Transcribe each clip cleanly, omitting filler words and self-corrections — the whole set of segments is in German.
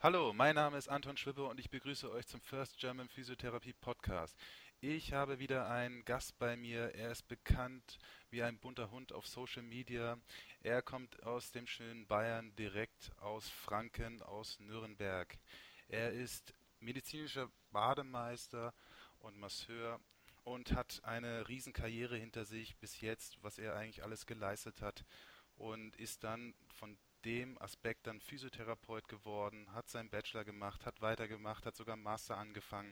Hallo, mein Name ist Anton Schwippe und ich begrüße euch zum First German Physiotherapie Podcast. Ich habe wieder einen Gast bei mir. Er ist bekannt wie ein bunter Hund auf Social Media. Er kommt aus dem schönen Bayern, direkt aus Franken, aus Nürnberg. Er ist medizinischer Bademeister und Masseur und hat eine Riesenkarriere hinter sich bis jetzt, was er eigentlich alles geleistet hat, und ist dann von dem Aspekt dann Physiotherapeut geworden, hat seinen Bachelor gemacht, hat weitergemacht, hat sogar einen Master angefangen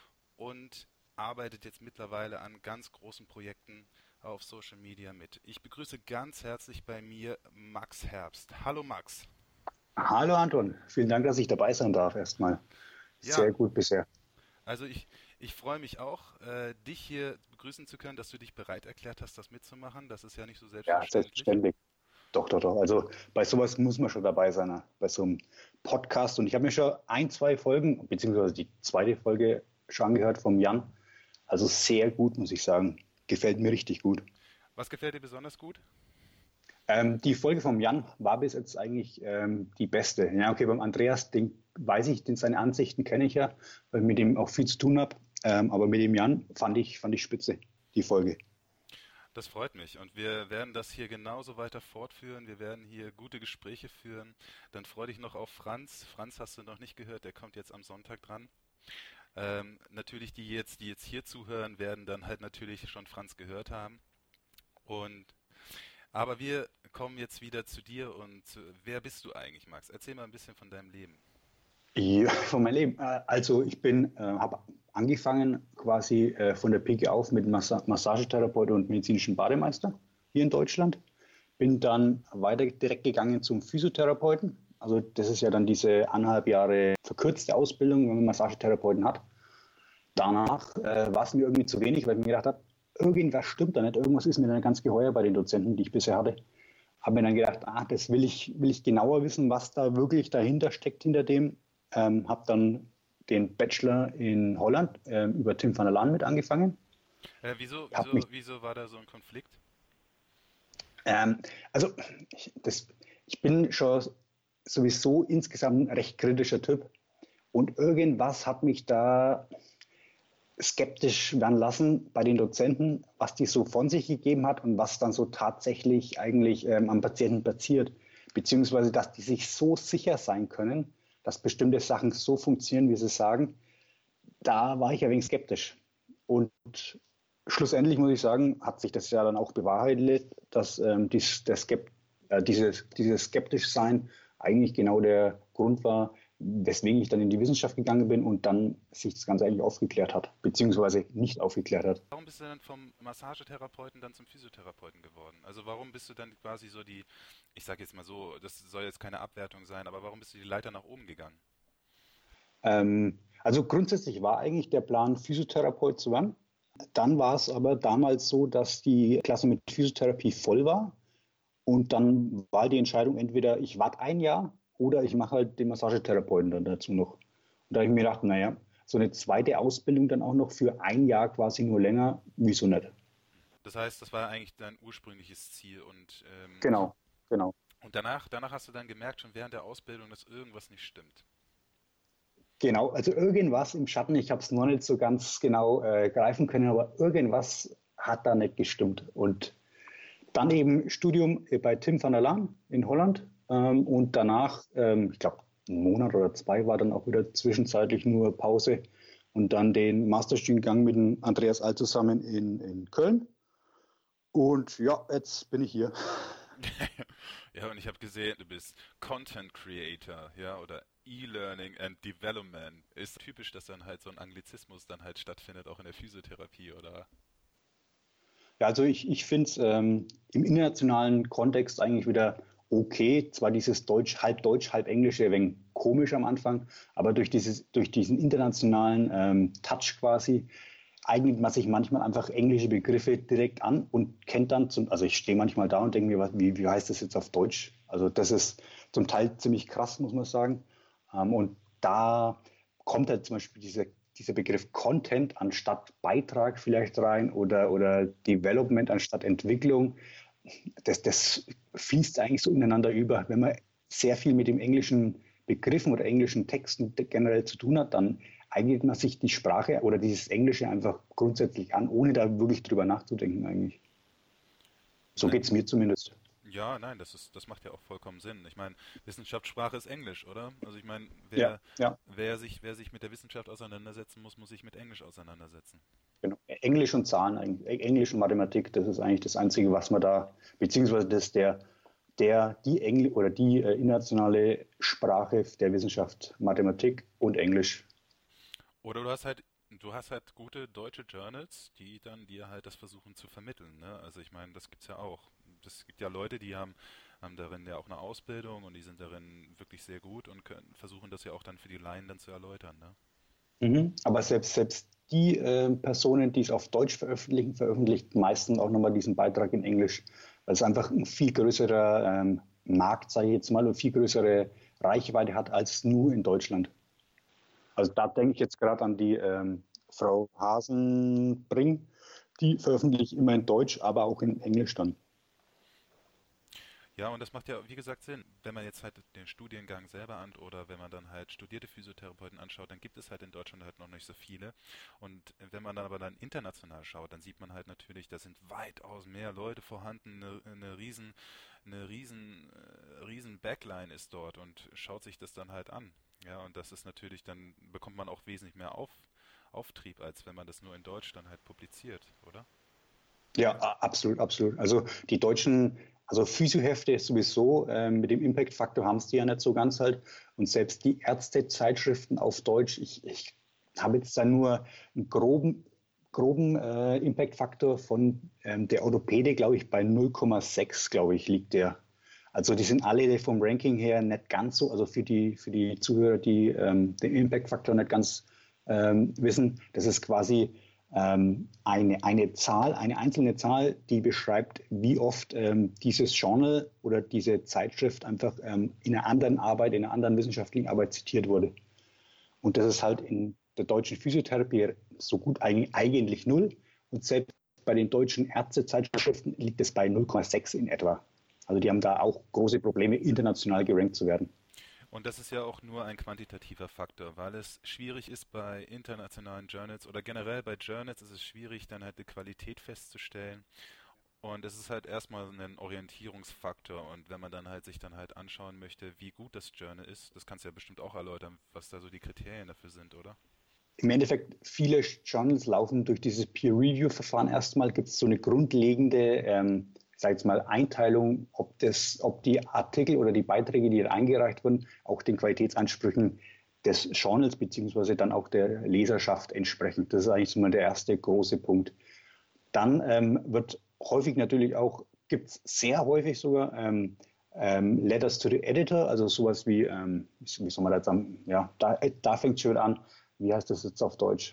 und arbeitet jetzt mittlerweile an ganz großen Projekten auf Social Media mit. Ich begrüße ganz herzlich bei mir Max Herbst. Hallo Max. Hallo Anton, vielen Dank, dass ich dabei sein darf erstmal. Ja, Sehr gut bisher. also ich freue mich auch, dich hier begrüßen zu können, dass du dich bereit erklärt hast, das mitzumachen. Das ist ja nicht so Ja, selbstverständlich. selbstverständlich. Doch, doch, doch. Also bei sowas muss man schon dabei sein, ne? Bei so einem Podcast. Und ich habe mir schon ein, zwei Folgen, beziehungsweise die zweite Folge schon angehört vom Jan. Also sehr gut, muss ich sagen. Gefällt mir richtig gut. Was gefällt dir besonders gut? Die Folge vom Jan war bis jetzt eigentlich die beste. Ja, okay, beim Andreas, den weiß ich, seine Ansichten kenne ich ja, weil ich mit dem auch viel zu tun habe. Aber mit dem Jan fand ich spitze, die Folge. Das freut mich und wir werden das hier genauso weiter fortführen. Wir werden hier gute Gespräche führen. Dann freu dich noch auf Franz. Franz hast du noch nicht gehört, der kommt jetzt am Sonntag dran. Natürlich die jetzt hier zuhören, werden dann halt natürlich schon Franz gehört haben. Und aber wir kommen jetzt wieder zu dir und wer bist du eigentlich, Max? Erzähl mal ein bisschen von deinem Leben. Ja, von meinem Leben. Also ich habe angefangen quasi von der Pike auf mit Massagetherapeut und medizinischem Bademeister hier in Deutschland. Bin dann weiter direkt gegangen zum Physiotherapeuten. Also das ist ja dann diese 1,5 Jahre verkürzte Ausbildung, wenn man Massagetherapeuten hat. Danach war es mir irgendwie zu wenig, weil ich mir gedacht habe, irgendwas stimmt da nicht, irgendwas ist mir dann ganz geheuer bei den Dozenten, die ich bisher hatte. Habe mir dann gedacht, das will ich genauer wissen, was da wirklich dahinter steckt hinter dem. Habe dann den Bachelor in Holland über Tim van der Laan mit angefangen. Wieso, Hab mich, wieso, wieso war da so ein Konflikt? ähm, also ich bin schon sowieso insgesamt ein recht kritischer Typ und irgendwas hat mich da skeptisch werden lassen bei den Dozenten, was die so von sich gegeben hat und was dann so tatsächlich eigentlich am Patienten passiert, beziehungsweise dass die sich so sicher sein können, dass bestimmte Sachen so funktionieren, wie sie sagen. Da war ich ein wenig skeptisch. Und schlussendlich muss ich sagen, hat sich das ja dann auch bewahrheitet, dass dieses Skeptischsein eigentlich genau der Grund war, weswegen ich dann in die Wissenschaft gegangen bin und dann sich das Ganze eigentlich aufgeklärt hat, beziehungsweise nicht aufgeklärt hat. Warum bist du dann vom Massagetherapeuten dann zum Physiotherapeuten geworden? Also warum bist du dann quasi so ich sage jetzt mal so, das soll jetzt keine Abwertung sein, aber warum bist du die Leiter nach oben gegangen? Also grundsätzlich war eigentlich der Plan, Physiotherapeut zu werden. Dann war es aber damals so, dass die Klasse mit Physiotherapie voll war. Und dann war die Entscheidung entweder ich warte ein Jahr oder ich mache halt den Massagetherapeuten dann dazu noch. Und da habe ich mir gedacht, naja, so eine zweite Ausbildung dann auch noch für ein Jahr quasi nur länger, wieso nicht? Das heißt, das war eigentlich dein ursprüngliches Ziel Genau, genau. und danach hast du dann gemerkt, schon während der Ausbildung, dass irgendwas nicht stimmt. Genau, also irgendwas im Schatten, ich habe es noch nicht so ganz genau greifen können, aber irgendwas hat da nicht gestimmt. Und dann eben Studium bei Tim van der Laan in Holland und danach, ich glaube, einen Monat oder zwei war dann auch wieder zwischenzeitlich nur Pause und dann den Masterstudiengang mit dem Andreas Alt zusammen in Köln. Und ja, jetzt bin ich hier. Ja, und ich habe gesehen, du bist Content Creator, ja, oder E-Learning and Development. Ist typisch, dass dann halt so ein Anglizismus dann halt stattfindet, auch in der Physiotherapie, oder? Ja, also ich finde es im internationalen Kontext eigentlich wieder okay. Zwar dieses Deutsch, halb Englische, ein wenig komisch am Anfang, aber durch diesen internationalen Touch quasi eignet man sich manchmal einfach englische Begriffe direkt an und kennt dann also ich stehe manchmal da und denke mir, wie heißt das jetzt auf Deutsch? Also das ist zum Teil ziemlich krass, muss man sagen. Und da kommt halt zum Beispiel dieser Begriff Content anstatt Beitrag vielleicht rein oder Development anstatt Entwicklung. Das fließt eigentlich so ineinander über. Wenn man sehr viel mit dem englischen Begriffen oder englischen Texten generell zu tun hat, dann eignet man sich die Sprache oder dieses Englische einfach grundsätzlich an, ohne da wirklich drüber nachzudenken eigentlich. So Na, geht es mir zumindest. ja, nein, das macht ja auch vollkommen Sinn. Ich meine, Wissenschaftssprache ist Englisch, oder? Also ich meine, Ja, ja, wer sich mit der Wissenschaft auseinandersetzen muss, muss sich mit Englisch auseinandersetzen. genau. Englisch und Zahlen, Englisch und Mathematik, das ist eigentlich das Einzige, was man da, beziehungsweise das die Engl oder die internationale Sprache der Wissenschaft, Mathematik und Englisch. Oder du hast halt gute deutsche Journals, die dann dir halt das versuchen zu vermitteln, ne? Also ich meine, das gibt's ja auch. Es gibt ja Leute, die haben darin ja auch eine Ausbildung und die sind darin wirklich sehr gut und versuchen das ja auch dann für die Laien dann zu erläutern, ne? Mhm. Aber selbst die Personen, die es auf Deutsch veröffentlichen, veröffentlichen meistens auch nochmal diesen Beitrag in Englisch, weil es einfach ein viel größerer Markt, sage ich jetzt mal, und viel größere Reichweite hat als nur in Deutschland. Also da denke ich jetzt gerade an die Frau Hasenbring, die veröffentlicht immer in Deutsch, aber auch in Englisch dann. Ja, und das macht ja, wie gesagt, Sinn. Wenn man jetzt halt den Studiengang selber oder wenn man dann halt studierte Physiotherapeuten anschaut, dann gibt es halt in Deutschland halt noch nicht so viele. Und wenn man dann aber dann international schaut, dann sieht man halt natürlich, da sind weitaus mehr Leute vorhanden, riesen Backline ist dort und schaut sich das dann halt an. Ja, und das ist natürlich, dann bekommt man auch wesentlich mehr Auftrieb, als wenn man das nur in Deutsch dann halt publiziert, oder? Ja, absolut, absolut. Also die deutschen, also Physiohefte sowieso mit dem Impact-Faktor haben es die ja nicht so ganz halt. Und selbst die Ärztezeitschriften auf Deutsch, ich habe jetzt da nur einen groben Impact-Faktor von der Orthopäde, glaube ich, bei 0,6, glaube ich, liegt der. Also die sind alle vom Ranking her nicht ganz so, also für die Zuhörer, die den Impact-Faktor nicht ganz wissen, das ist quasi eine Zahl, eine einzelne Zahl, die beschreibt, wie oft dieses Journal oder diese Zeitschrift einfach in einer anderen Arbeit, in einer anderen wissenschaftlichen Arbeit zitiert wurde. Und das ist halt in der deutschen Physiotherapie so gut eigentlich null. Und selbst bei den deutschen Ärztezeitschriften liegt es bei 0,6 in etwa. Also die haben da auch große Probleme, international gerankt zu werden. Und das ist ja auch nur ein quantitativer Faktor, weil es schwierig ist bei internationalen Journals oder generell bei Journals ist es schwierig, dann halt die Qualität festzustellen. Und es ist halt erstmal ein Orientierungsfaktor. Und wenn man dann halt sich dann halt anschauen möchte, wie gut das Journal ist, das kannst du ja bestimmt auch erläutern, was da so die Kriterien dafür sind, oder? Im Endeffekt, viele Journals laufen durch dieses Peer-Review-Verfahren erstmal, gibt es so eine grundlegende, sag jetzt mal, Einteilung, ob die Artikel oder die Beiträge, die eingereicht wurden, auch den Qualitätsansprüchen des Journals beziehungsweise dann auch der Leserschaft entsprechen. Das ist eigentlich so mal der erste große Punkt. Dann wird häufig natürlich auch, gibt es sehr häufig sogar Letters to the Editor, also sowas wie soll man das sagen, ja, da fängt es schon an, wie heißt das jetzt auf Deutsch?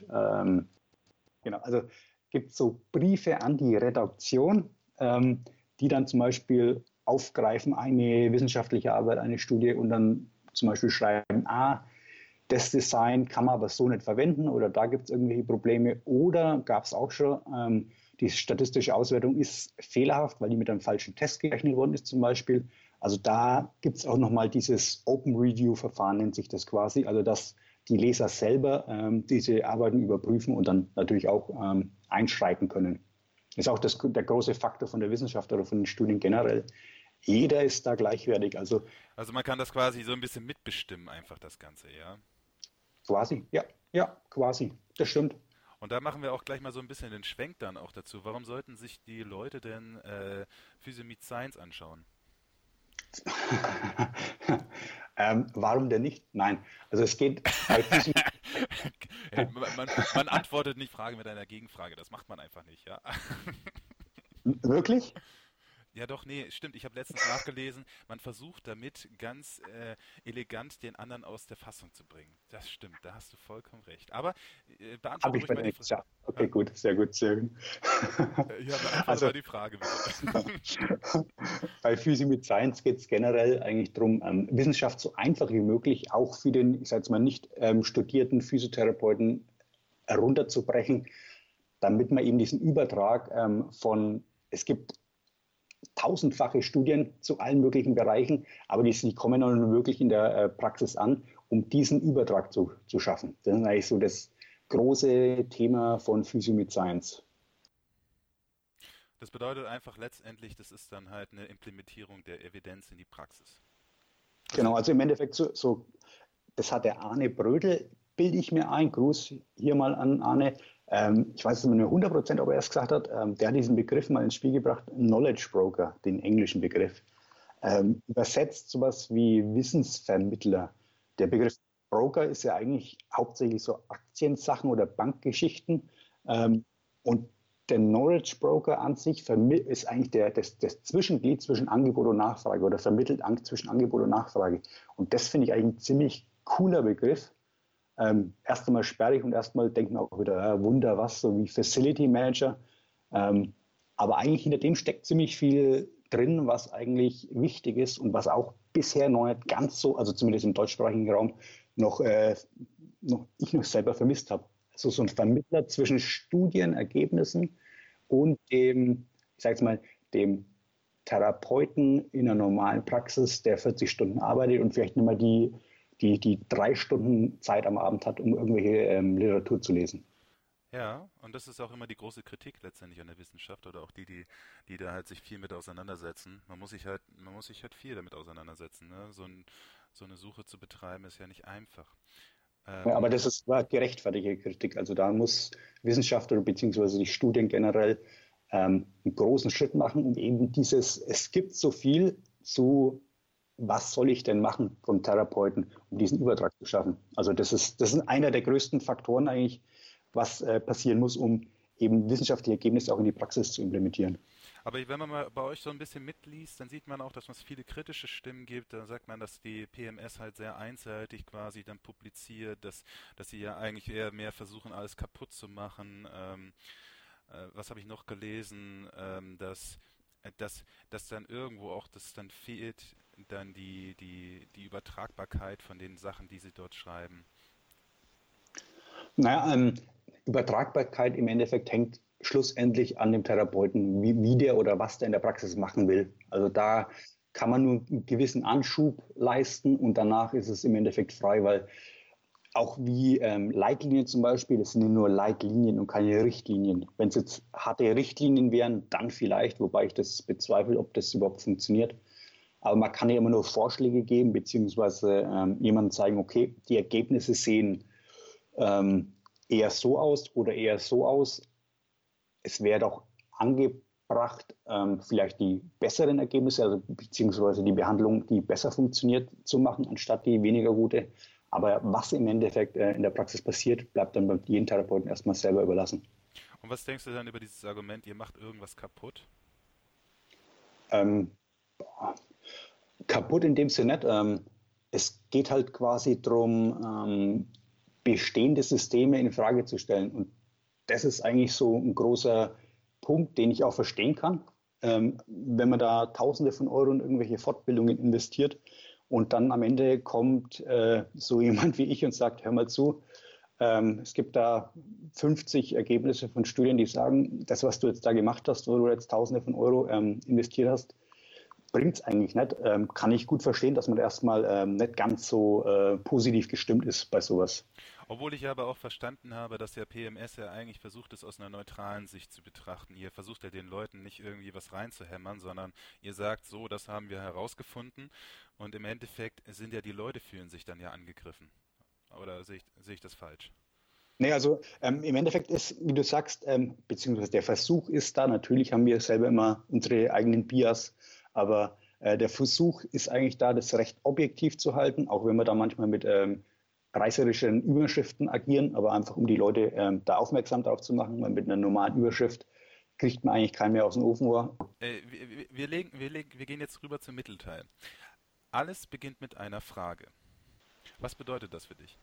Genau, also gibt es so Briefe an die Redaktion, die dann zum Beispiel aufgreifen, eine wissenschaftliche Arbeit, eine Studie und dann zum Beispiel schreiben, das Design kann man aber so nicht verwenden oder da gibt es irgendwelche Probleme oder gab es auch schon, die statistische Auswertung ist fehlerhaft, weil die mit einem falschen Test gerechnet worden ist zum Beispiel. Also da gibt es auch nochmal dieses Open Review-Verfahren, nennt sich das quasi, also dass die Leser selber diese Arbeiten überprüfen und dann natürlich auch einschreiten können. Das ist auch der große Faktor von der Wissenschaft oder von den Studien generell. Jeder ist da gleichwertig, also Also man kann das quasi so ein bisschen mitbestimmen, einfach das Ganze, ja. quasi, ja, ja, quasi, das stimmt. Und da machen wir auch gleich mal so ein bisschen den Schwenk dann auch dazu. Warum sollten sich die Leute denn Physio Meets Science anschauen? Warum denn nicht? Nein, also es geht bei Physik. Hey, man antwortet nicht Frage mit einer Gegenfrage. Das macht man einfach nicht, ja. Wirklich? Ja, doch, nee, stimmt. Ich habe letztens nachgelesen, man versucht damit ganz elegant den anderen aus der Fassung zu bringen. Das stimmt, da hast du vollkommen recht. Aber Habe beantworte ich ruhig bei mal dir die nicht. Ja, Frage. okay, gut, sehr gut, sehr gut. Ja, beantworte Also mal die Frage bitte. bei Physik mit Science geht es generell eigentlich darum, Wissenschaft so einfach wie möglich auch für den, ich sage jetzt mal, nicht studierten Physiotherapeuten herunterzubrechen, damit man eben diesen Übertrag es gibt tausendfache Studien zu allen möglichen Bereichen, aber die kommen dann nur wirklich in der Praxis an, um diesen Übertrag zu schaffen. Das ist eigentlich so das große Thema von Physio mit Science. Das bedeutet einfach letztendlich, das ist dann halt eine Implementierung der Evidenz in die Praxis. Genau, also im Endeffekt das hat der Arne Brödel, bilde ich mir ein, Gruß hier mal an Arne. Ich weiß nicht mehr 100%, ob er es gesagt hat. Der hat diesen Begriff mal ins Spiel gebracht, Knowledge Broker, den englischen Begriff. Übersetzt sowas wie Wissensvermittler. Der Begriff Broker ist ja eigentlich hauptsächlich so Aktiensachen oder Bankgeschichten. Und der Knowledge Broker an sich ist eigentlich das Zwischenglied zwischen Angebot und Nachfrage oder vermittelt zwischen Angebot und Nachfrage. Und das finde ich eigentlich ein ziemlich cooler Begriff. Erst einmal sperrig und erstmal denkt man auch wieder, Wunder was, so wie Facility Manager. Aber eigentlich hinter dem steckt ziemlich viel drin, was eigentlich wichtig ist und was auch bisher noch nicht ganz so, also zumindest im deutschsprachigen Raum, ich noch selber vermisst habe. Also so ein Vermittler zwischen Studienergebnissen und ich sage jetzt mal, dem Therapeuten in einer normalen Praxis, der 40 Stunden arbeitet und vielleicht nicht mal die 3 Stunden Zeit am Abend hat, um irgendwelche Literatur zu lesen. Ja, und das ist auch immer die große Kritik letztendlich an der Wissenschaft oder auch die da halt sich viel mit auseinandersetzen. Man muss sich halt viel damit auseinandersetzen, ne? So eine Suche zu betreiben ist ja nicht einfach. Ja, aber Ähm, war gerechtfertigte Kritik. Also da muss Wissenschaft oder beziehungsweise die Studien generell einen großen Schritt machen, um eben es gibt so viel zu, was soll ich denn machen von Therapeuten, um diesen Übertrag zu schaffen. Also das ist einer der größten Faktoren eigentlich, was passieren muss, um eben wissenschaftliche Ergebnisse auch in die Praxis zu implementieren. Aber wenn man mal bei euch so ein bisschen mitliest, dann sieht man auch, dass es viele kritische Stimmen gibt. Da sagt man, dass die PMS halt sehr einseitig quasi dann publiziert, dass sie ja eigentlich eher mehr versuchen, alles kaputt zu machen. Was habe ich noch gelesen? Dass dann irgendwo auch das dann fehlt, dann die Übertragbarkeit von den Sachen, die sie dort schreiben. Naja, Übertragbarkeit im Endeffekt hängt schlussendlich an dem Therapeuten, wie der oder was der in der Praxis machen will. Also da kann man nur einen gewissen Anschub leisten und danach ist es im Endeffekt frei, weil auch wie Leitlinien zum Beispiel, das sind ja nur Leitlinien und keine Richtlinien. Wenn es jetzt harte Richtlinien wären, dann vielleicht, wobei ich das bezweifle, ob das überhaupt funktioniert. Aber man kann ja immer nur Vorschläge geben, beziehungsweise jemandem zeigen, okay, die Ergebnisse sehen eher so aus oder eher so aus. Es wäre doch angebracht, vielleicht die besseren Ergebnisse, also beziehungsweise die Behandlung, die besser funktioniert, zu machen, anstatt die weniger gute. Aber was im Endeffekt in der Praxis passiert, bleibt dann bei jedem Therapeuten erstmal selber überlassen. Und was denkst du dann über dieses Argument, ihr macht irgendwas kaputt? Ähm, Kaputt in dem Sinne nicht. Es geht halt quasi darum, bestehende Systeme in Frage zu stellen. Und das ist eigentlich so ein großer Punkt, den ich auch verstehen kann. Wenn man da Tausende von Euro in irgendwelche Fortbildungen investiert und dann am Ende kommt so jemand wie ich und sagt, hör mal zu, es gibt da 50 Ergebnisse von Studien, die sagen, das, was du jetzt da gemacht hast, wo du jetzt Tausende von Euro investiert hast, bringt es eigentlich nicht. Kann ich gut verstehen, dass man erstmal nicht ganz so positiv gestimmt ist bei sowas. Obwohl ich aber auch verstanden habe, dass der PMS ja eigentlich versucht, es aus einer neutralen Sicht zu betrachten. Ihr versucht ja den Leuten nicht irgendwie was reinzuhämmern, sondern ihr sagt so, das haben wir herausgefunden und im Endeffekt sind ja die Leute fühlen sich dann ja angegriffen. Oder sehe ich das falsch? Nee, also im Endeffekt ist, wie du sagst, beziehungsweise der Versuch ist da, natürlich haben wir selber immer unsere eigenen Bias, aber der Versuch ist eigentlich da, das recht objektiv zu halten, auch wenn wir da manchmal mit reißerischen Überschriften agieren, aber einfach um die Leute da aufmerksam darauf zu machen, weil mit einer normalen Überschrift kriegt man eigentlich keinen mehr aus dem Ofen vor. Wir gehen jetzt rüber zum Mittelteil. Alles beginnt mit einer Frage. Was bedeutet das für dich?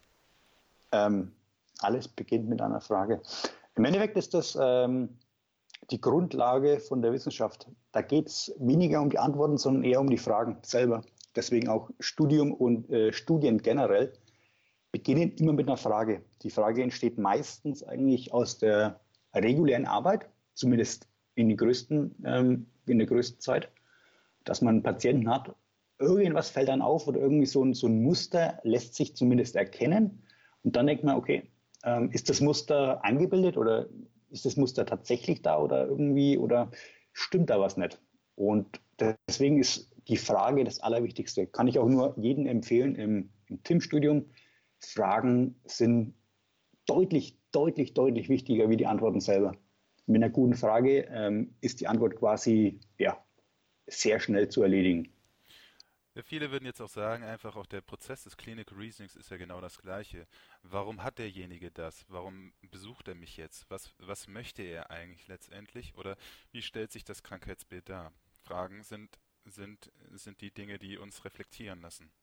Ähm, Alles beginnt mit einer Frage. Im Endeffekt ist das die Grundlage von der Wissenschaft. Da geht es weniger um die Antworten, sondern eher um die Fragen selber. Deswegen auch Studium und Studien generell beginnen immer mit einer Frage. Die Frage entsteht meistens eigentlich aus der regulären Arbeit, zumindest in den größten in der größten Zeit, dass man einen Patienten hat, irgendwas fällt dann auf oder irgendwie so ein Muster lässt sich zumindest erkennen und dann denkt man, okay, ist das Muster eingebildet oder ist das Muster tatsächlich da oder irgendwie oder stimmt da was nicht? Und deswegen ist die Frage das Allerwichtigste. Kann ich auch nur jedem empfehlen im TIM-Studium. Fragen sind deutlich, deutlich, deutlich wichtiger wie die Antworten selber. Mit einer guten Frage ist die Antwort quasi sehr schnell zu erledigen. Ja, viele würden jetzt auch sagen, einfach auch der Prozess des Clinical Reasonings ist ja genau das Gleiche. Warum hat derjenige das? Warum besucht er mich jetzt? Was möchte er eigentlich letztendlich? Oder wie stellt sich das Krankheitsbild dar? Fragen sind die Dinge, die uns reflektieren lassen.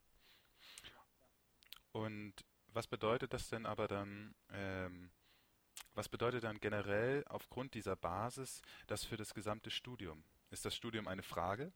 Und was bedeutet das denn aber dann, was bedeutet dann generell aufgrund dieser Basis das für das gesamte Studium? Ist das Studium eine Frage?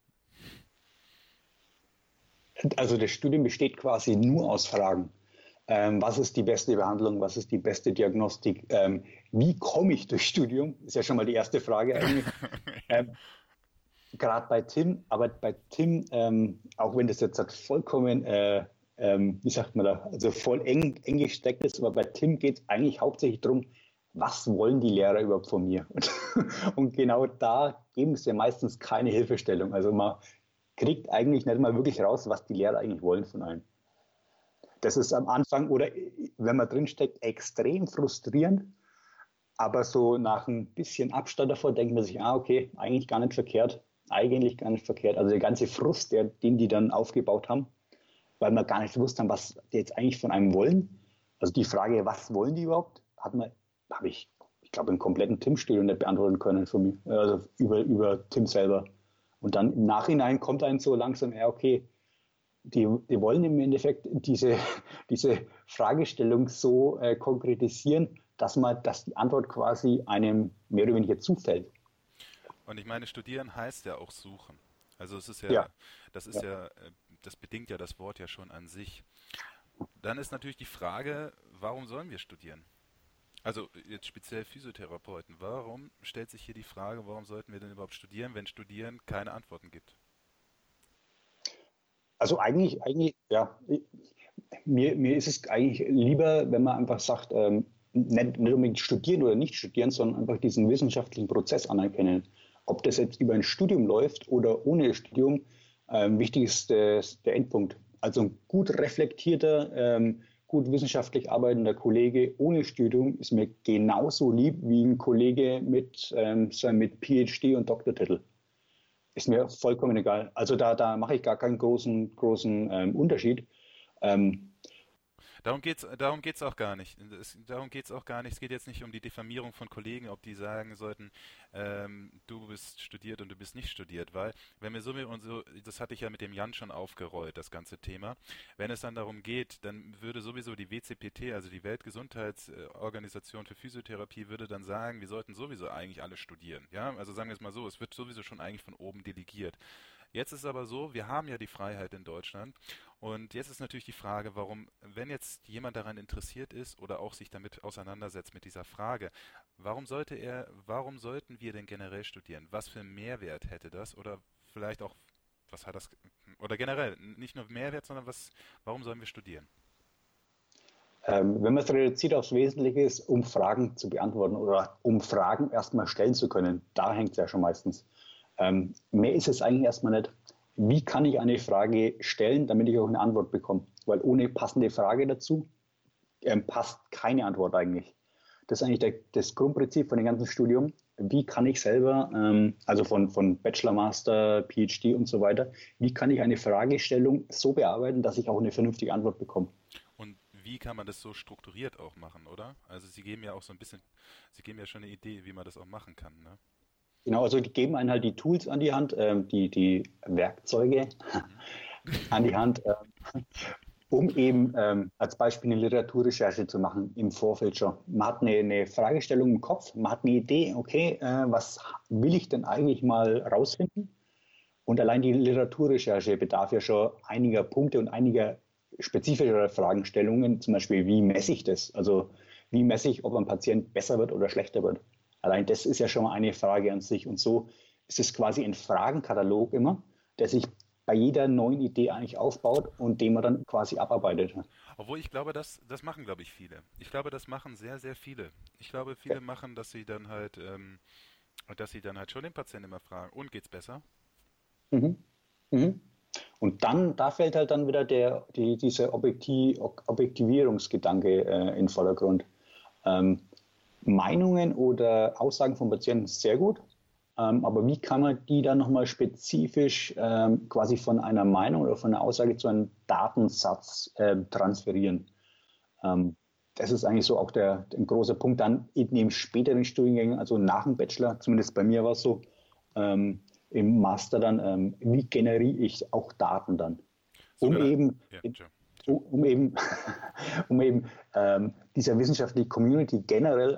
Also das Studium besteht quasi nur aus Fragen. Was ist die beste Behandlung? Was ist die beste Diagnostik? Wie komme ich durchs Studium? Ist ja schon mal die erste Frage eigentlich. Ähm, Gerade bei Tim, aber bei Tim, auch wenn das jetzt halt vollkommen, wie sagt man da, also voll eng gesteckt ist, aber bei Tim geht es eigentlich hauptsächlich darum, was wollen die Lehrer überhaupt von mir? Und genau da geben sie ja meistens keine Hilfestellung. Also man kriegt eigentlich nicht mal wirklich raus, was die Lehrer eigentlich wollen von einem. Das ist am Anfang oder wenn man drinsteckt, extrem frustrierend, aber so nach ein bisschen Abstand davor denkt man sich, okay, eigentlich gar nicht verkehrt, eigentlich gar nicht verkehrt. Also der ganze Frust, den die dann aufgebaut haben, weil wir gar nicht gewusst haben, was die jetzt eigentlich von einem wollen. Also die Frage, was wollen die überhaupt, habe ich glaube, im kompletten Tim-Studio nicht beantworten können von mir, also über Tim selber. Und dann im Nachhinein kommt einem so langsam, okay, die wollen im Endeffekt diese Fragestellung so konkretisieren, dass die Antwort quasi einem mehr oder weniger zufällt. Und ich meine, studieren heißt ja auch suchen. Also es ist ja, Ja, das ist ja. ja, das bedingt ja das Wort ja schon an sich. Dann ist natürlich die Frage, warum sollen wir studieren? Also jetzt speziell Physiotherapeuten. Warum stellt sich hier die Frage, warum sollten wir denn überhaupt studieren, wenn Studieren keine Antworten gibt? Also eigentlich, ja, mir ist es eigentlich lieber, wenn man einfach sagt, nicht unbedingt studieren oder nicht studieren, sondern einfach diesen wissenschaftlichen Prozess anerkennen. Ob das jetzt über ein Studium läuft oder ohne Studium, wichtig ist der Endpunkt. Also ein gut reflektierter, gut wissenschaftlich arbeitender Kollege ohne Studium ist mir genauso lieb wie ein Kollege mit PhD und Doktortitel. Ist mir vollkommen egal. Also da mache ich gar keinen großen Unterschied. Ähm, Darum geht's auch gar nicht. Darum geht's auch gar nicht. Es geht jetzt nicht um die Diffamierung von Kollegen, ob die sagen sollten, du bist studiert und du bist nicht studiert, weil wenn wir so und so, das hatte ich ja mit dem Jan schon aufgerollt, das ganze Thema. Wenn es dann darum geht, dann würde sowieso die WCPT, also die Weltgesundheitsorganisation für Physiotherapie, würde dann sagen, wir sollten sowieso eigentlich alle studieren. Ja, also sagen wir es mal so, es wird sowieso schon eigentlich von oben delegiert. Jetzt ist es aber so, wir haben ja die Freiheit in Deutschland und jetzt ist natürlich die Frage, warum, wenn jetzt jemand daran interessiert ist oder auch sich damit auseinandersetzt mit dieser Frage, warum sollten wir denn generell studieren? Was für einen Mehrwert hätte das? Oder vielleicht auch, was hat das, oder generell, nicht nur Mehrwert, sondern warum sollen wir studieren? Wenn man es reduziert aufs Wesentliche ist, um Fragen zu beantworten oder um Fragen erstmal stellen zu können, da hängt es ja schon meistens. Mehr ist es eigentlich erstmal nicht. Wie kann ich eine Frage stellen, damit ich auch eine Antwort bekomme? Weil ohne passende Frage dazu passt keine Antwort eigentlich. Das ist eigentlich das Grundprinzip von dem ganzen Studium. Wie kann ich selber, also von Bachelor, Master, PhD und so weiter, wie kann ich eine Fragestellung so bearbeiten, dass ich auch eine vernünftige Antwort bekomme? Und wie kann man das so strukturiert auch machen, oder? Also Sie geben ja auch so ein bisschen, Sie geben ja schon eine Idee, wie man das auch machen kann, ne? Genau, also die geben einen halt die Tools an die Hand, die Werkzeuge Mhm. an die Hand, um eben als Beispiel eine Literaturrecherche zu machen im Vorfeld schon. Man hat eine Fragestellung im Kopf, man hat eine Idee, okay, was will ich denn eigentlich mal rausfinden? Und allein die Literaturrecherche bedarf ja schon einiger Punkte und einiger spezifischerer Fragestellungen, zum Beispiel, wie messe ich das? Also wie messe ich, ob ein Patient besser wird oder schlechter wird? Allein das ist ja schon mal eine Frage an sich. Und so ist es quasi ein Fragenkatalog immer, der sich bei jeder neuen Idee eigentlich aufbaut und den man dann quasi abarbeitet. Obwohl ich glaube, das machen, glaube ich, viele. Ich glaube, das machen sehr, sehr viele. Ich glaube, Ja. viele machen, dass sie dann halt schon den Patienten immer fragen, und geht's besser? Mhm. Mhm. Und dann, da fällt halt dann wieder dieser Objektivierungsgedanke in den Vordergrund. Ähm, Meinungen oder Aussagen von Patienten ist sehr gut, aber wie kann man die dann nochmal spezifisch quasi von einer Meinung oder von einer Aussage zu einem Datensatz transferieren? Ähm, Das ist eigentlich so auch ein großer Punkt dann in den späteren Studiengängen, also nach dem Bachelor, zumindest bei mir war es so, ähm, im Master dann, wie generiere ich auch Daten dann, um Sogar, eben, ja, tja, tja. um eben, um eben dieser wissenschaftlichen Community generell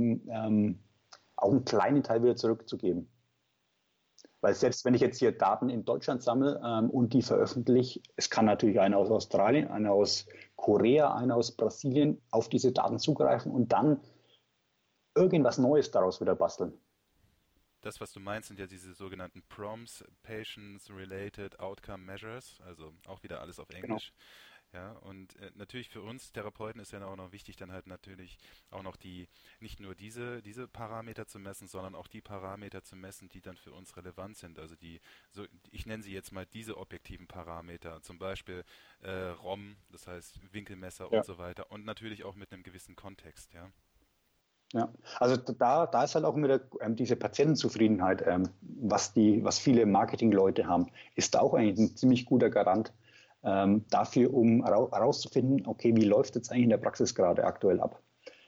auch einen kleinen Teil wieder zurückzugeben. Weil selbst wenn ich jetzt hier Daten in Deutschland sammle und die veröffentliche, es kann natürlich einer aus Australien, einer aus Korea, einer aus Brasilien auf diese Daten zugreifen und dann irgendwas Neues daraus wieder basteln. Das, was du meinst, sind ja diese sogenannten PROMs, Patients-Related Outcome Measures, also auch wieder alles auf Genau. Englisch. Ja, und natürlich für uns Therapeuten ist ja auch noch wichtig, dann halt natürlich auch noch nicht nur diese Parameter zu messen, sondern auch die Parameter zu messen, die dann für uns relevant sind. Also ich nenne sie jetzt mal diese objektiven Parameter, zum Beispiel ROM, das heißt Winkelmesser und Ja. so weiter und natürlich auch mit einem gewissen Kontext, ja. Ja, also da ist halt auch wieder diese Patientenzufriedenheit, was viele Marketingleute haben, ist da auch eigentlich ein ziemlich guter Garant dafür, um herauszufinden, okay, wie läuft jetzt eigentlich in der Praxis gerade aktuell ab.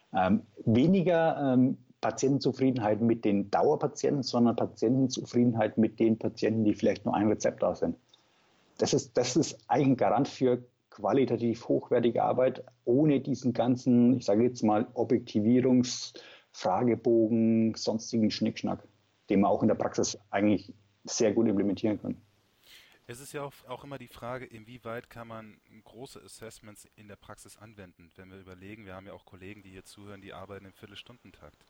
Weniger Patientenzufriedenheit mit den Dauerpatienten, sondern Patientenzufriedenheit mit den Patienten, die vielleicht nur ein Rezept da sind. Das ist eigentlich ein Garant für qualitativ hochwertige Arbeit, ohne diesen ganzen, ich sage jetzt mal, Objektivierungsfragebogen, sonstigen Schnickschnack, den man auch in der Praxis eigentlich sehr gut implementieren kann. Es ist ja auch immer die Frage, inwieweit kann man große Assessments in der Praxis anwenden. Wenn wir überlegen, wir haben ja auch Kollegen, die hier zuhören, die arbeiten im Viertelstundentakt.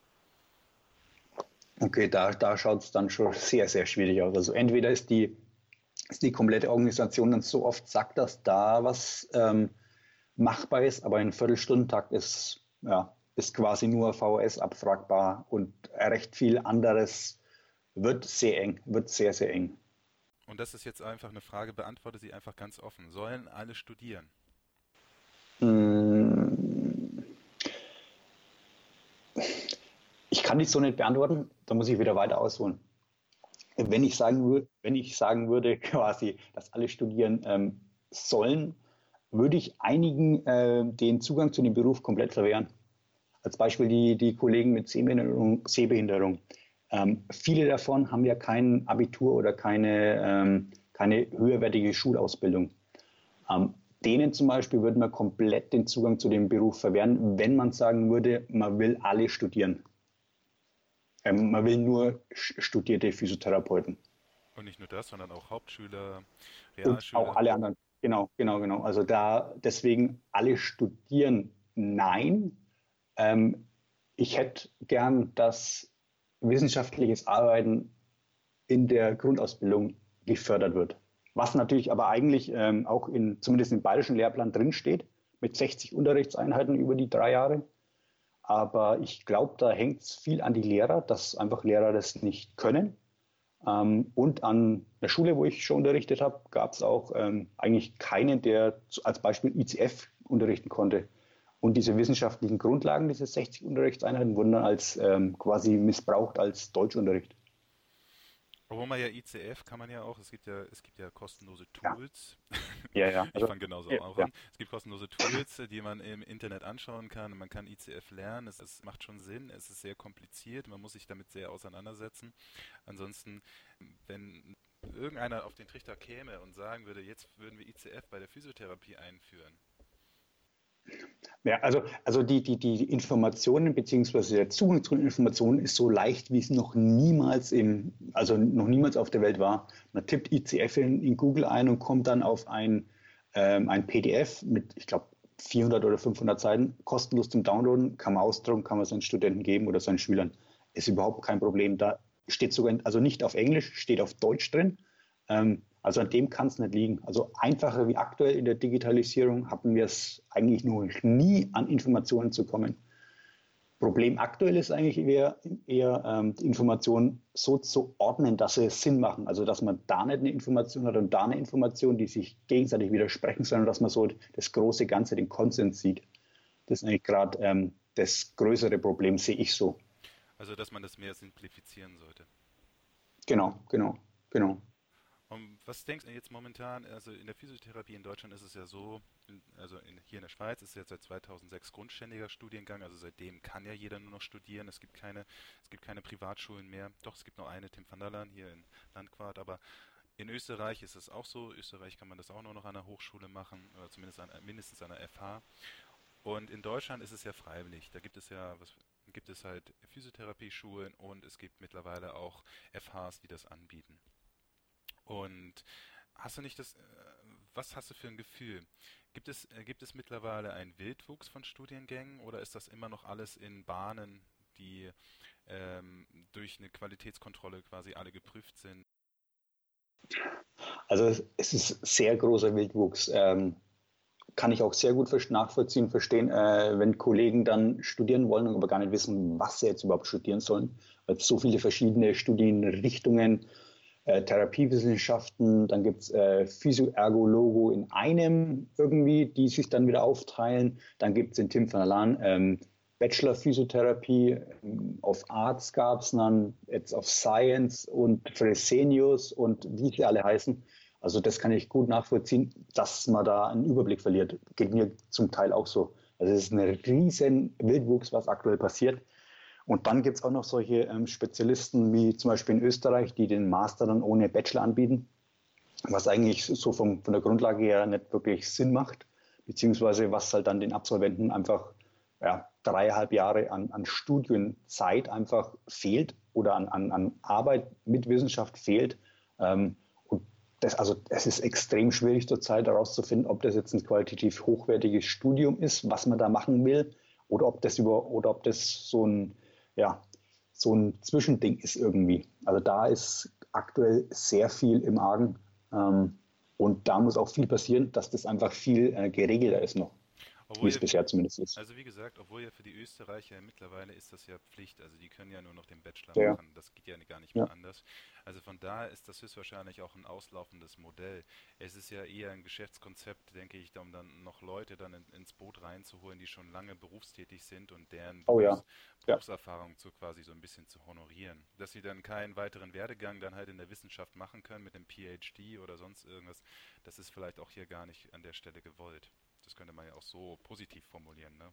Okay, da schaut es dann schon sehr, sehr schwierig aus. Also entweder ist die komplette Organisation dann so oft sagt, dass da was machbar ist, aber ein Viertelstundentakt ist quasi nur VHS abfragbar und recht viel anderes wird sehr eng, wird sehr, sehr eng. Und das ist jetzt einfach eine Frage, beantworte sie einfach ganz offen. Sollen alle studieren? Mm, Ich kann dich so nicht beantworten, da muss ich wieder weiter ausholen. Wenn ich sagen würde, quasi, dass alle studieren sollen, würde ich einigen den Zugang zu dem Beruf komplett verwehren. Als Beispiel die Kollegen mit Sehbehinderung. Viele davon haben ja kein Abitur oder keine höherwertige Schulausbildung. Denen zum Beispiel würde man komplett den Zugang zu dem Beruf verwehren, wenn man sagen würde, man will alle studieren. Man will nur studierte Physiotherapeuten. Und nicht nur das, sondern auch Hauptschüler, Und auch Realschüler. alle anderen. Genau, genau, genau. Also deswegen alle studieren, nein. Ähm, Ich hätte gern, dass wissenschaftliches Arbeiten in der Grundausbildung gefördert wird. Was natürlich aber eigentlich auch zumindest im bayerischen Lehrplan drinsteht, mit 60 Unterrichtseinheiten über die 3 Jahre. Aber ich glaube, da hängt es viel an die Lehrer, dass einfach Lehrer das nicht können. Und an der Schule, wo ich schon unterrichtet habe, gab es auch eigentlich keinen, der als Beispiel ICF unterrichten konnte. Und diese wissenschaftlichen Grundlagen, diese 60 Unterrichtseinheiten, wurden dann als quasi missbraucht als Deutschunterricht. Obwohl man ja ICF kann man ja auch, es gibt ja kostenlose Ja, Tools. ja, ja. Ich Also, fange genauso ja, auch ja. an. Es gibt kostenlose Tools, die man im Internet anschauen kann. Man kann ICF lernen. Es macht schon Sinn. Es ist sehr kompliziert. Man muss sich damit sehr auseinandersetzen. Ansonsten, wenn irgendeiner auf den Trichter käme und sagen würde, jetzt würden wir ICF bei der Physiotherapie einführen. Ja, also die Informationen beziehungsweise der Zugang zu den Informationen ist so leicht, wie es noch niemals auf der Welt war. Man tippt ICF in Google ein und kommt dann auf ein PDF mit, ich glaube, 400 oder 500 Seiten, kostenlos zum Downloaden, kann man ausdrucken, kann man seinen Studenten geben oder seinen Schülern. Ist überhaupt kein Problem. Da steht sogar, also nicht auf Englisch, steht auf Deutsch drin. Also an dem kann es nicht liegen. Also einfacher wie aktuell in der Digitalisierung hatten wir es eigentlich noch nie, an Informationen zu kommen. Problem aktuell ist eigentlich eher die Informationen so zu ordnen, dass sie Sinn machen. Also dass man da nicht eine Information hat und da eine Information, die sich gegenseitig widersprechen, sondern dass man so das große Ganze, den Konsens sieht. Das ist eigentlich gerade das größere Problem, sehe ich so. Also, dass man das mehr simplifizieren sollte. Genau, genau, genau. Und was denkst du jetzt momentan, also in der Physiotherapie in Deutschland ist es ja so, hier in der Schweiz ist es jetzt seit 2006 grundständiger Studiengang, also seitdem kann ja jeder nur noch studieren, es gibt keine Privatschulen mehr, doch es gibt noch eine, Tim van der Laan, hier in Landquart, aber in Österreich ist es auch so, Österreich kann man das auch nur noch an der Hochschule machen, oder zumindest mindestens an der FH. Und in Deutschland ist es ja freiwillig, da gibt es halt Physiotherapieschulen und es gibt mittlerweile auch FHs, die das anbieten. Und hast du nicht was hast du für ein Gefühl? Gibt es mittlerweile einen Wildwuchs von Studiengängen oder ist das immer noch alles in Bahnen, die durch eine Qualitätskontrolle quasi alle geprüft sind? Also es ist sehr großer Wildwuchs. Kann ich auch sehr gut nachvollziehen, verstehen, wenn Kollegen dann studieren wollen, aber gar nicht wissen, was sie jetzt überhaupt studieren sollen. Weil es so viele verschiedene Studienrichtungen, Therapiewissenschaften, dann gibt es Physio-Ergo-Logo in einem irgendwie, die sich dann wieder aufteilen. Dann gibt es den Tim van der Laan, Bachelor Physiotherapie, auf Arts gab es dann, jetzt auf Science und Fresenius und wie sie alle heißen. Also das kann ich gut nachvollziehen, dass man da einen Überblick verliert. Geht mir zum Teil auch so. Also es ist ein riesen Wildwuchs, was aktuell passiert. Und dann gibt es auch noch solche Spezialisten wie zum Beispiel in Österreich, die den Master dann ohne Bachelor anbieten, was eigentlich so von der Grundlage her nicht wirklich Sinn macht, beziehungsweise was halt dann den Absolventen einfach 3,5 Jahre an Studienzeit einfach fehlt oder an Arbeit mit Wissenschaft fehlt. Und es ist extrem schwierig zurzeit herauszufinden, ob das jetzt ein qualitativ hochwertiges Studium ist, was man da machen will, oder ob das so ein Zwischending ist irgendwie. Also da ist aktuell sehr viel im Argen. Und da muss auch viel passieren, dass das einfach viel geregelter ist noch, wie Obwohl es ja, bisher zumindest ist. also wie gesagt, obwohl ja für die Österreicher mittlerweile ist das ja Pflicht, also die können ja nur noch den Bachelor Ja, machen, das geht ja gar nicht ja, mehr anders. Also von daher ist das höchstwahrscheinlich auch ein auslaufendes Modell. Es ist ja eher ein Geschäftskonzept, denke ich, um dann noch Leute dann ins Boot reinzuholen, die schon lange berufstätig sind und deren oh ja, ja, Berufserfahrung quasi so ein bisschen zu honorieren. Dass sie dann keinen weiteren Werdegang dann halt in der Wissenschaft machen können mit dem PhD oder sonst irgendwas, das ist vielleicht auch hier gar nicht an der Stelle gewollt. Das könnte man ja auch so positiv formulieren, ne?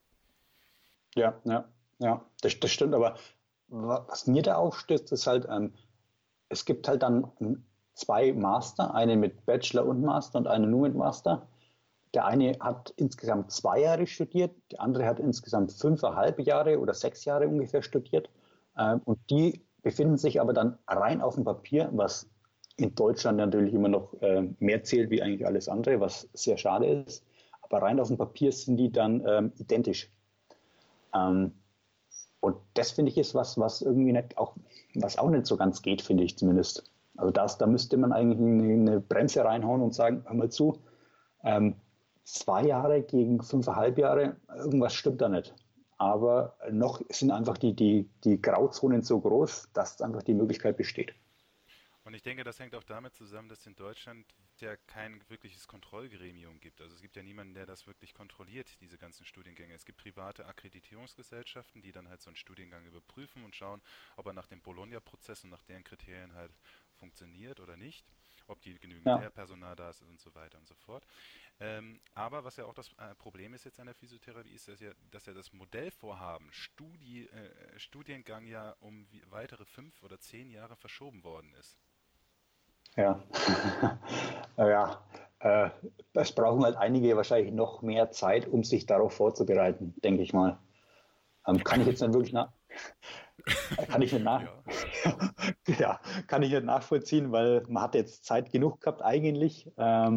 ja, das stimmt. Aber was mir da aufstößt, ist halt, es gibt halt dann zwei Master, einen mit Bachelor und Master und einen nur mit Master. Der eine hat insgesamt 2 Jahre studiert, der andere hat insgesamt 5,5 Jahre oder 6 Jahre ungefähr studiert. Und die befinden sich aber dann rein auf dem Papier, was in Deutschland natürlich immer noch mehr zählt wie eigentlich alles andere, was sehr schade ist. Aber rein auf dem Papier sind die dann identisch. Ähm, und das finde ich ist was irgendwie nicht auch, was auch nicht so ganz geht, finde ich zumindest. Also da müsste man eigentlich eine Bremse reinhauen und sagen, hör mal zu, ähm, 2 Jahre gegen 5,5 Jahre, irgendwas stimmt da nicht. Aber noch sind einfach die Grauzonen so groß, dass einfach die Möglichkeit besteht. Und ich denke, das hängt auch damit zusammen, dass in Deutschland ja kein wirkliches Kontrollgremium gibt. Also es gibt ja niemanden, der das wirklich kontrolliert, diese ganzen Studiengänge. Es gibt private Akkreditierungsgesellschaften, die dann halt so einen Studiengang überprüfen und schauen, ob er nach dem Bologna-Prozess und nach deren Kriterien halt funktioniert oder nicht, ob die genügend Ja, Lehrpersonal da ist und so weiter und so fort. Aber was ja auch das Problem ist jetzt an der Physiotherapie, ist, dass ja das Modellvorhaben Studiengang ja um weitere 5 oder 10 Jahre verschoben worden ist. ja. Ja, es brauchen halt einige wahrscheinlich noch mehr Zeit, um sich darauf vorzubereiten, denke ich mal. Kann ich jetzt nicht wirklich kann ich nicht nach, Ja. ja, kann ich nicht nachvollziehen, weil man hat jetzt Zeit genug gehabt eigentlich.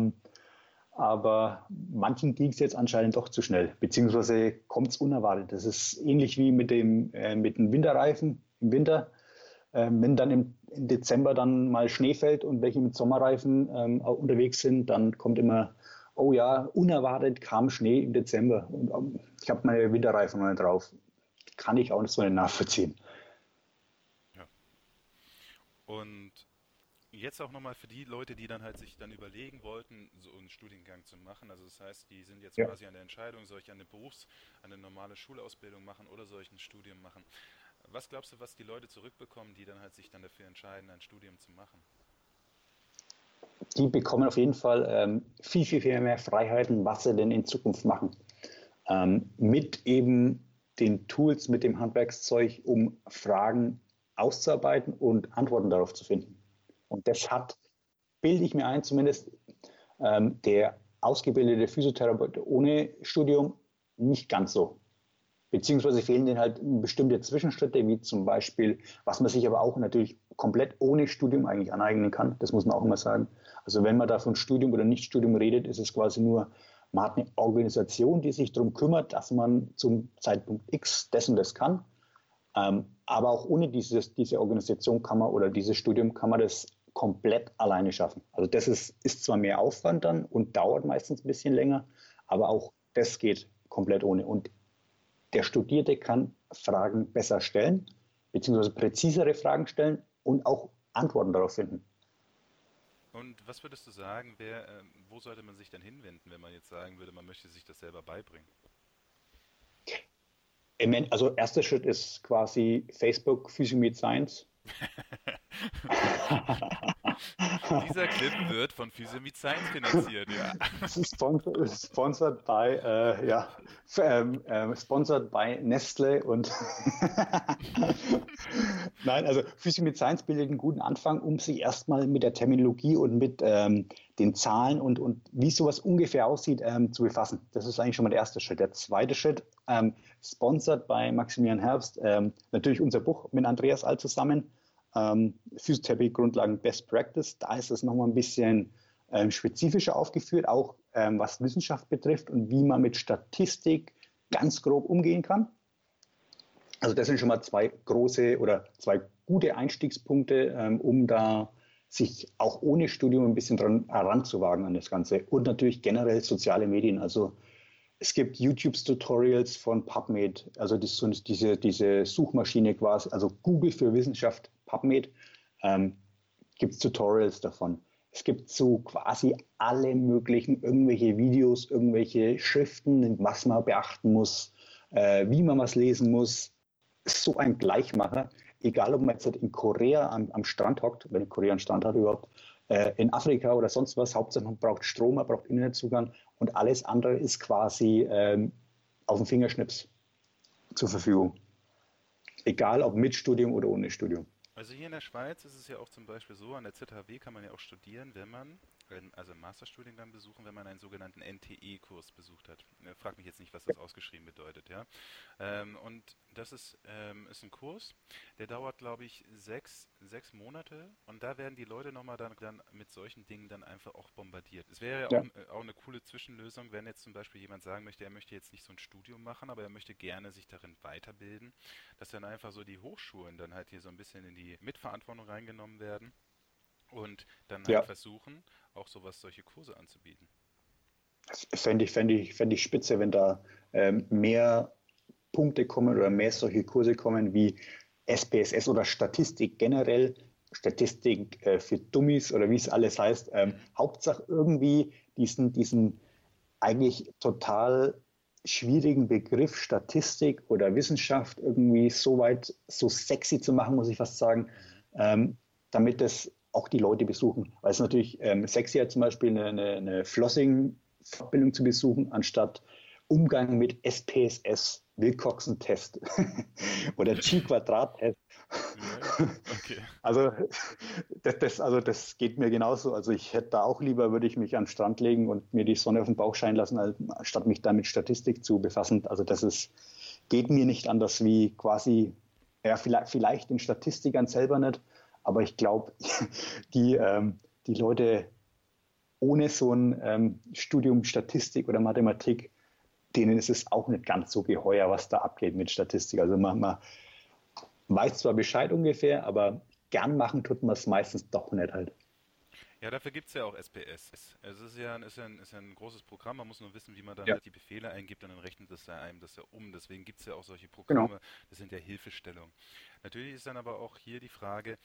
Aber manchen ging es jetzt anscheinend doch zu schnell, beziehungsweise kommt es unerwartet. Das ist ähnlich wie mit dem Winterreifen im Winter. Wenn dann im Dezember dann mal Schnee fällt und welche mit Sommerreifen unterwegs sind, dann kommt immer, oh ja, unerwartet kam Schnee im Dezember und ich habe meine Winterreifen noch nicht drauf. Kann ich auch nicht so nachvollziehen. Ja. Und jetzt auch nochmal für die Leute, die dann halt sich dann überlegen wollten, so einen Studiengang zu machen. Also das heißt, die sind jetzt Ja. quasi an der Entscheidung, soll ich eine normale Schulausbildung machen oder soll ich ein Studium machen? Was glaubst du, was die Leute zurückbekommen, die dann halt sich dann dafür entscheiden, ein Studium zu machen? Die bekommen auf jeden Fall viel, viel, viel mehr Freiheiten, was sie denn in Zukunft machen. Mit eben den Tools, mit dem Handwerkszeug, um Fragen auszuarbeiten und Antworten darauf zu finden. Und das hat, bilde ich mir ein, zumindest der ausgebildete Physiotherapeut ohne Studium nicht ganz so. Beziehungsweise fehlen denen halt bestimmte Zwischenschritte, wie zum Beispiel, was man sich aber auch natürlich komplett ohne Studium eigentlich aneignen kann. Das muss man auch immer sagen. Also wenn man da von Studium oder Nichtstudium redet, ist es quasi nur, man hat eine Organisation, die sich darum kümmert, dass man zum Zeitpunkt X das und das kann. Aber auch ohne diese Organisation kann man oder dieses Studium kann man das komplett alleine schaffen. Also das ist zwar mehr Aufwand dann und dauert meistens ein bisschen länger, aber auch das geht komplett ohne. Und der Studierte kann Fragen besser stellen, beziehungsweise präzisere Fragen stellen und auch Antworten darauf finden. Und was würdest du sagen, wo sollte man sich denn hinwenden, wenn man jetzt sagen würde, man möchte sich das selber beibringen? Also erster Schritt ist quasi Facebook Physio Meets Science. Dieser Clip wird von Physio Meets Science finanziert, ja. Es ist sponsored by, sponsored by Nestle und nein, also Physio mit Science bildet einen guten Anfang, um sich erstmal mit der Terminologie und mit den Zahlen und wie sowas ungefähr aussieht, zu befassen. Das ist eigentlich schon mal der erste Schritt. Der zweite Schritt, sponsored by Maximilian Herbst, natürlich unser Buch mit Andreas All zusammen. Physiotherapie Grundlagen Best Practice. Da ist es nochmal ein bisschen spezifischer aufgeführt, auch was Wissenschaft betrifft und wie man mit Statistik ganz grob umgehen kann. Also das sind schon mal zwei große oder zwei gute Einstiegspunkte, um da sich auch ohne Studium ein bisschen dran heranzuwagen an das Ganze. Und natürlich generell soziale Medien. Also es gibt YouTube-Tutorials von PubMed, also diese Suchmaschine quasi, also Google für Wissenschaft, PubMed, gibt es Tutorials davon. Es gibt so quasi alle möglichen, irgendwelche Videos, irgendwelche Schriften, was man beachten muss, wie man was lesen muss. So ein Gleichmacher, egal ob man jetzt in Korea am Strand hockt, wenn Korea einen Strand hat überhaupt, in Afrika oder sonst was, Hauptsache man braucht Strom, man braucht Internetzugang und alles andere ist quasi auf dem Fingerschnips zur Verfügung. Egal ob mit Studium oder ohne Studium. Also hier in der Schweiz ist es ja auch zum Beispiel so, an der ZHW kann man ja auch studieren, also einen Masterstudiengang besuchen, wenn man einen sogenannten NTE-Kurs besucht hat. Frag mich jetzt nicht, was das ausgeschrieben bedeutet, ja. Und das ist ein Kurs, der dauert, glaube ich, sechs Monate und da werden die Leute nochmal dann mit solchen Dingen dann einfach auch bombardiert. Es wäre ja Ja, auch eine coole Zwischenlösung, wenn jetzt zum Beispiel jemand sagen möchte, er möchte jetzt nicht so ein Studium machen, aber er möchte gerne sich darin weiterbilden, dass dann einfach so die Hochschulen dann halt hier so ein bisschen in die Mitverantwortung reingenommen werden und dann halt ja. versuchen, auch solche Kurse anzubieten. Fände ich spitze, wenn da mehr Punkte kommen oder mehr solche Kurse kommen wie SPSS oder Statistik generell, Statistik für Dummies oder wie es alles heißt. Hauptsache irgendwie diesen eigentlich total schwierigen Begriff Statistik oder Wissenschaft irgendwie so weit, so sexy zu machen, muss ich fast sagen, damit das auch die Leute besuchen. Weil es natürlich sexy ist, zum Beispiel eine Flossing-Fortbildung zu besuchen, anstatt Umgang mit SPSS, Wilcoxon-Test oder Chi-Quadrat-Test. Ja, okay. Also das geht mir genauso. Also ich hätte da auch lieber, würde ich mich an den Strand legen und mir die Sonne auf den Bauch scheinen lassen, statt mich da mit Statistik zu befassen. Also geht mir nicht anders wie quasi, ja, vielleicht den Statistikern selber nicht, aber ich glaube, die Leute ohne so ein Studium Statistik oder Mathematik, denen ist es auch nicht ganz so geheuer, was da abgeht mit Statistik. Also weiß zwar Bescheid ungefähr, aber gern machen tut man es meistens doch nicht halt. Ja, dafür gibt es ja auch SPS. Es ist ja ein großes Programm, man muss nur wissen, wie man dann Ja, halt die Befehle eingibt und dann rechnet es ja einem das ja um. Deswegen gibt es ja auch solche genau. Programme, das sind ja Hilfestellungen. Natürlich ist dann aber auch hier die Frage,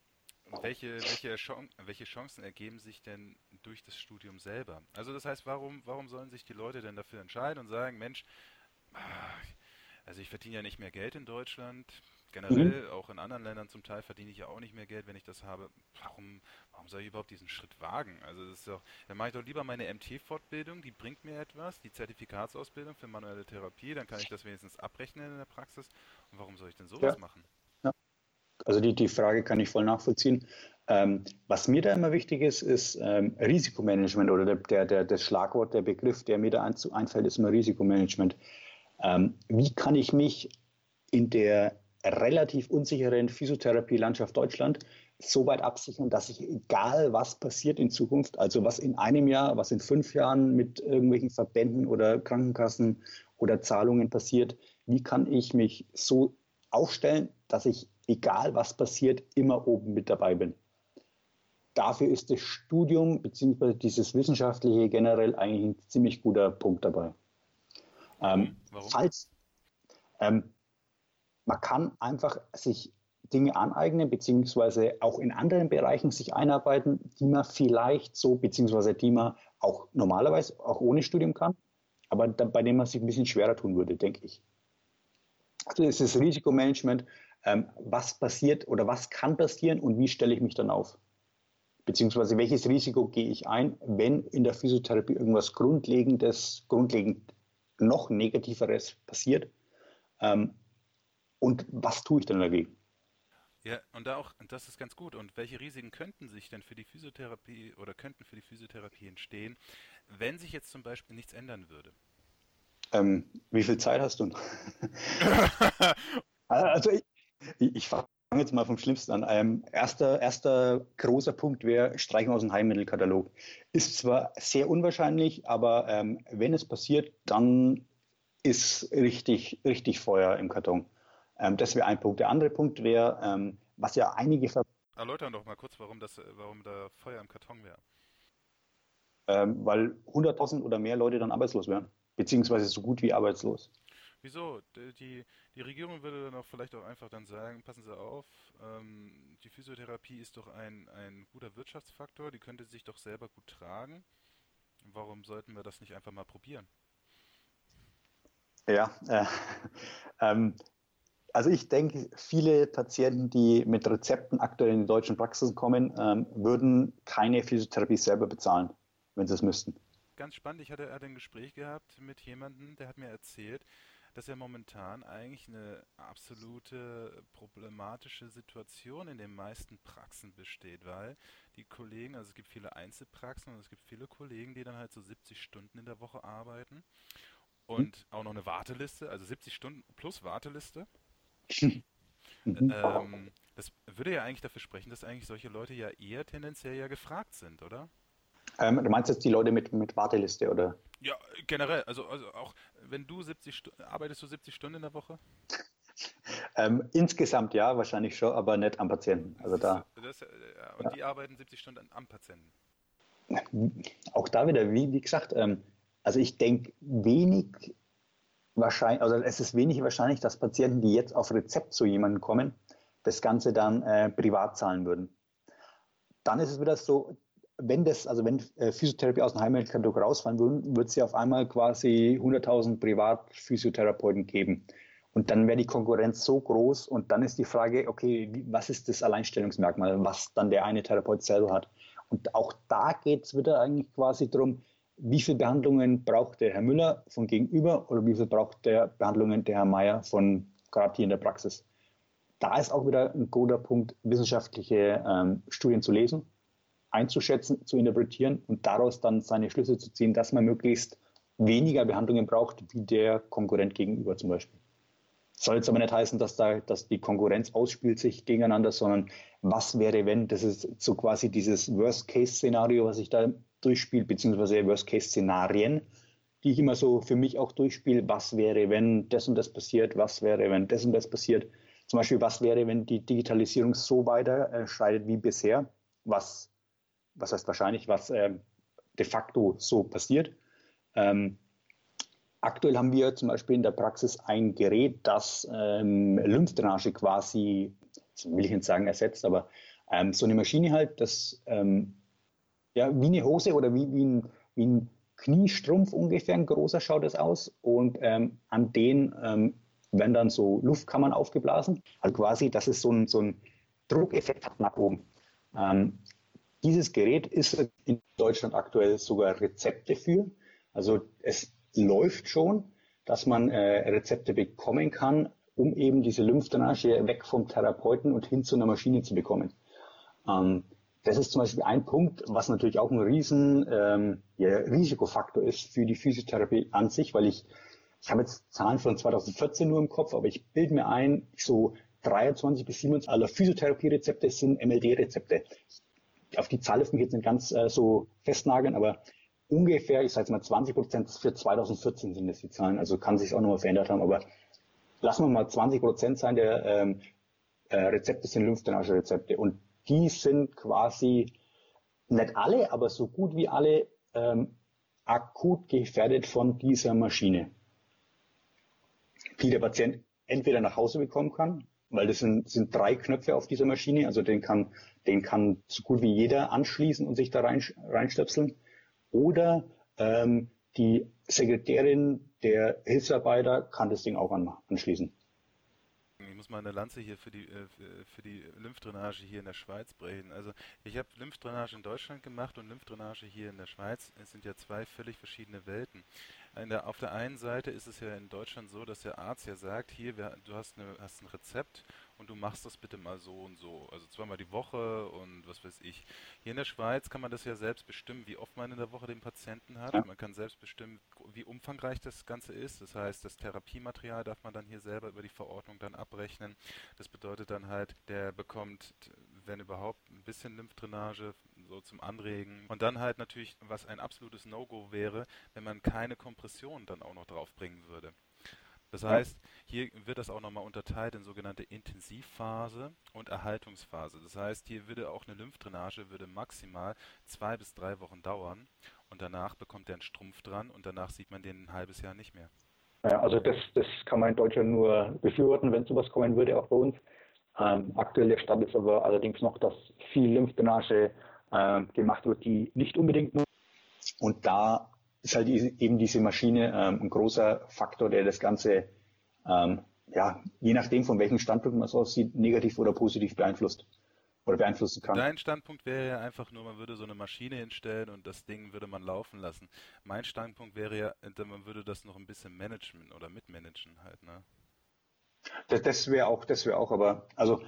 welche Chancen ergeben sich denn durch das Studium selber? Also das heißt, warum sollen sich die Leute denn dafür entscheiden und sagen, Mensch, ah, also ich verdiene ja nicht mehr Geld in Deutschland. Mhm. Generell, auch in anderen Ländern zum Teil verdiene ich ja auch nicht mehr Geld, wenn ich das habe. Warum soll ich überhaupt diesen Schritt wagen? Also das ist doch, dann mache ich doch lieber meine MT-Fortbildung, die bringt mir etwas, die Zertifikatsausbildung für manuelle Therapie, dann kann ich das wenigstens abrechnen in der Praxis. Und warum soll ich denn sowas Ja, machen? ja. Also die Frage kann ich voll nachvollziehen. Was mir da immer wichtig ist, ist Risikomanagement oder das Schlagwort, der Begriff, der mir da einfällt, ist immer Risikomanagement. Wie kann ich mich in der relativ unsicheren Physiotherapie-Landschaft Deutschland so weit absichern, dass ich, egal was passiert in Zukunft, also was in einem Jahr, was in 5 Jahren mit irgendwelchen Verbänden oder Krankenkassen oder Zahlungen passiert, wie kann ich mich so aufstellen, dass ich, egal was passiert, immer oben mit dabei bin? Dafür ist das Studium bzw. dieses Wissenschaftliche generell eigentlich ein ziemlich guter Punkt dabei. Warum? Warum? Falls ähm, man kann einfach sich Dinge aneignen, beziehungsweise auch in anderen Bereichen sich einarbeiten, die man vielleicht so, beziehungsweise die man auch normalerweise auch ohne Studium kann, aber bei denen man sich ein bisschen schwerer tun würde, denke ich. Also es ist Risikomanagement, was passiert oder was kann passieren und wie stelle ich mich dann auf? Beziehungsweise welches Risiko gehe ich ein, wenn in der Physiotherapie irgendwas grundlegend noch Negativeres passiert? Ähm, und was tue ich dann dagegen? Ja, und das ist ganz gut. Und welche Risiken könnten sich denn für die Physiotherapie oder könnten für die Physiotherapie entstehen, wenn sich jetzt zum Beispiel nichts ändern würde? Wie viel Zeit hast du? Also ich fange jetzt mal vom Schlimmsten an. Erster großer Punkt wäre Streichen aus dem Heilmittelkatalog. Ist zwar sehr unwahrscheinlich, aber wenn es passiert, dann ist richtig Feuer im Karton. Das wäre ein Punkt. Der andere Punkt wäre, was ja einige, Erläutern doch mal kurz, warum da Feuer im Karton wäre. weil 100.000 oder mehr Leute dann arbeitslos wären, beziehungsweise so gut wie arbeitslos. Wieso? Die Regierung würde dann auch vielleicht auch einfach dann sagen, passen Sie auf, die Physiotherapie ist doch ein guter Wirtschaftsfaktor, die könnte sich doch selber gut tragen. Warum sollten wir das nicht einfach mal probieren? Ja, ähm, also ich denke, viele Patienten, die mit Rezepten aktuell in die deutschen Praxisen kommen, würden keine Physiotherapie selber bezahlen, wenn sie es müssten. Ganz spannend, hatte ein Gespräch gehabt mit jemandem, der hat mir erzählt, dass ja momentan eigentlich eine absolute problematische Situation in den meisten Praxen besteht, weil die Kollegen, also es gibt viele Einzelpraxen und es gibt viele Kollegen, die dann halt so 70 Stunden in der Woche arbeiten Mhm. und auch noch eine Warteliste, also 70 Stunden plus Warteliste. Mhm. Das würde ja eigentlich dafür sprechen, dass eigentlich solche Leute ja eher tendenziell ja gefragt sind, oder? Du meinst jetzt die Leute mit Warteliste, oder? Ja, generell, also auch wenn du 70 Stunden, arbeitest du 70 Stunden in der Woche? Insgesamt ja, wahrscheinlich schon, aber nicht am Patienten. Also Siehst du, da, ja, und ja. die arbeiten 70 Stunden am Patienten. Auch da wieder, wie gesagt, also ich denke wenig wahrscheinlich, also es ist wenig wahrscheinlich, dass Patienten, die jetzt auf Rezept zu jemandem kommen, das Ganze dann privat zahlen würden. Dann ist es wieder so, wenn Physiotherapie aus dem Heilmittelkatalog rausfallen würden, wird es ja auf einmal quasi 100.000 Privatphysiotherapeuten geben. Und dann wäre die Konkurrenz so groß und dann ist die Frage, okay, was ist das Alleinstellungsmerkmal, was dann der eine Therapeut selber hat? Und auch da geht es wieder eigentlich quasi darum, wie viele Behandlungen braucht der Herr Müller von gegenüber oder wie viel braucht der Behandlungen der Herr Meier von gerade hier in der Praxis. Da ist auch wieder ein guter Punkt, wissenschaftliche Studien zu lesen, einzuschätzen, zu interpretieren und daraus dann seine Schlüsse zu ziehen, dass man möglichst weniger Behandlungen braucht, wie der Konkurrent gegenüber zum Beispiel. Soll jetzt aber nicht heißen, dass die Konkurrenz ausspielt sich gegeneinander, sondern was wäre, wenn, das ist so quasi dieses Worst-Case-Szenario, was ich da durchspiele, beziehungsweise Worst-Case-Szenarien, die ich immer so für mich auch durchspiele. Was wäre, wenn das und das passiert? Was wäre, wenn das und das passiert? Zum Beispiel, was wäre, wenn die Digitalisierung so weiter schreitet wie bisher? Was heißt wahrscheinlich, was de facto so passiert? Aktuell haben wir zum Beispiel in der Praxis ein Gerät, das Lymphdrainage quasi, will ich nicht sagen ersetzt, aber so eine Maschine halt, das ja, wie eine Hose oder wie ein Kniestrumpf ungefähr, ein großer schaut es aus. Und an den werden dann so Luftkammern aufgeblasen. Also quasi, dass es so ein Druckeffekt hat nach oben. Dieses Gerät ist in Deutschland aktuell sogar Rezepte für. Also es läuft schon, dass man Rezepte bekommen kann, um eben diese Lymphdrainage weg vom Therapeuten und hin zu einer Maschine zu bekommen. Das ist zum Beispiel ein Punkt, was natürlich auch ein Risikofaktor ist für die Physiotherapie an sich, weil ich habe jetzt Zahlen von 2014 nur im Kopf, aber ich bilde mir ein, so 23 bis 27 aller Physiotherapie-Rezepte sind MLD-Rezepte. Auf die Zahl lässt mich jetzt nicht ganz so festnageln, aber ungefähr, ich sage jetzt mal 20% für 2014 sind das die Zahlen, also kann sich auch nochmal verändert haben, aber lassen wir mal 20% sein, der Rezepte sind Lymphdrainage-Rezepte und die sind quasi nicht alle, aber so gut wie alle akut gefährdet von dieser Maschine, die der Patient entweder nach Hause bekommen kann, weil das sind 3 Knöpfe auf dieser Maschine, also den kann so gut wie jeder anschließen und sich da reinstöpseln, oder die Sekretärin, der Hilfsarbeiter kann das Ding auch anschließen. Ich muss mal eine Lanze hier für die Lymphdrainage hier in der Schweiz brechen. Also ich habe Lymphdrainage in Deutschland gemacht und Lymphdrainage hier in der Schweiz. Es sind ja 2 völlig verschiedene Welten. Auf der einen Seite ist es ja in Deutschland so, dass der Arzt ja sagt, hier, du hast ein Rezept und du machst das bitte mal so und so. Also 2-mal die Woche und was weiß ich. Hier in der Schweiz kann man das ja selbst bestimmen, wie oft man in der Woche den Patienten hat. Ja. Man kann selbst bestimmen, wie umfangreich das Ganze ist. Das heißt, das Therapiematerial darf man dann hier selber über die Verordnung dann abrechnen. Das bedeutet dann halt, der bekommt, wenn überhaupt, ein bisschen Lymphdrainage so zum Anregen. Und dann halt natürlich, was ein absolutes No-Go wäre, wenn man keine Kompression dann auch noch draufbringen würde. Das heißt, hier wird das auch nochmal unterteilt in sogenannte Intensivphase und Erhaltungsphase. Das heißt, hier würde auch eine Lymphdrainage würde maximal 2 bis 3 Wochen dauern und danach bekommt der einen Strumpf dran und danach sieht man den ein halbes Jahr nicht mehr. Ja, also das kann man in Deutschland nur befürworten, wenn sowas kommen würde, auch bei uns. Aktuell der Stand ist aber allerdings noch, dass viel Lymphdrainage gemacht wird, die nicht unbedingt nur. Und da ist halt eben diese Maschine ein großer Faktor, der das Ganze, je nachdem von welchem Standpunkt man es aussieht, negativ oder positiv beeinflusst oder beeinflussen kann. Dein Standpunkt wäre ja einfach nur, man würde so eine Maschine hinstellen und das Ding würde man laufen lassen. Mein Standpunkt wäre ja, man würde das noch ein bisschen managen oder mitmanagen halt, ne? Das wäre auch, aber also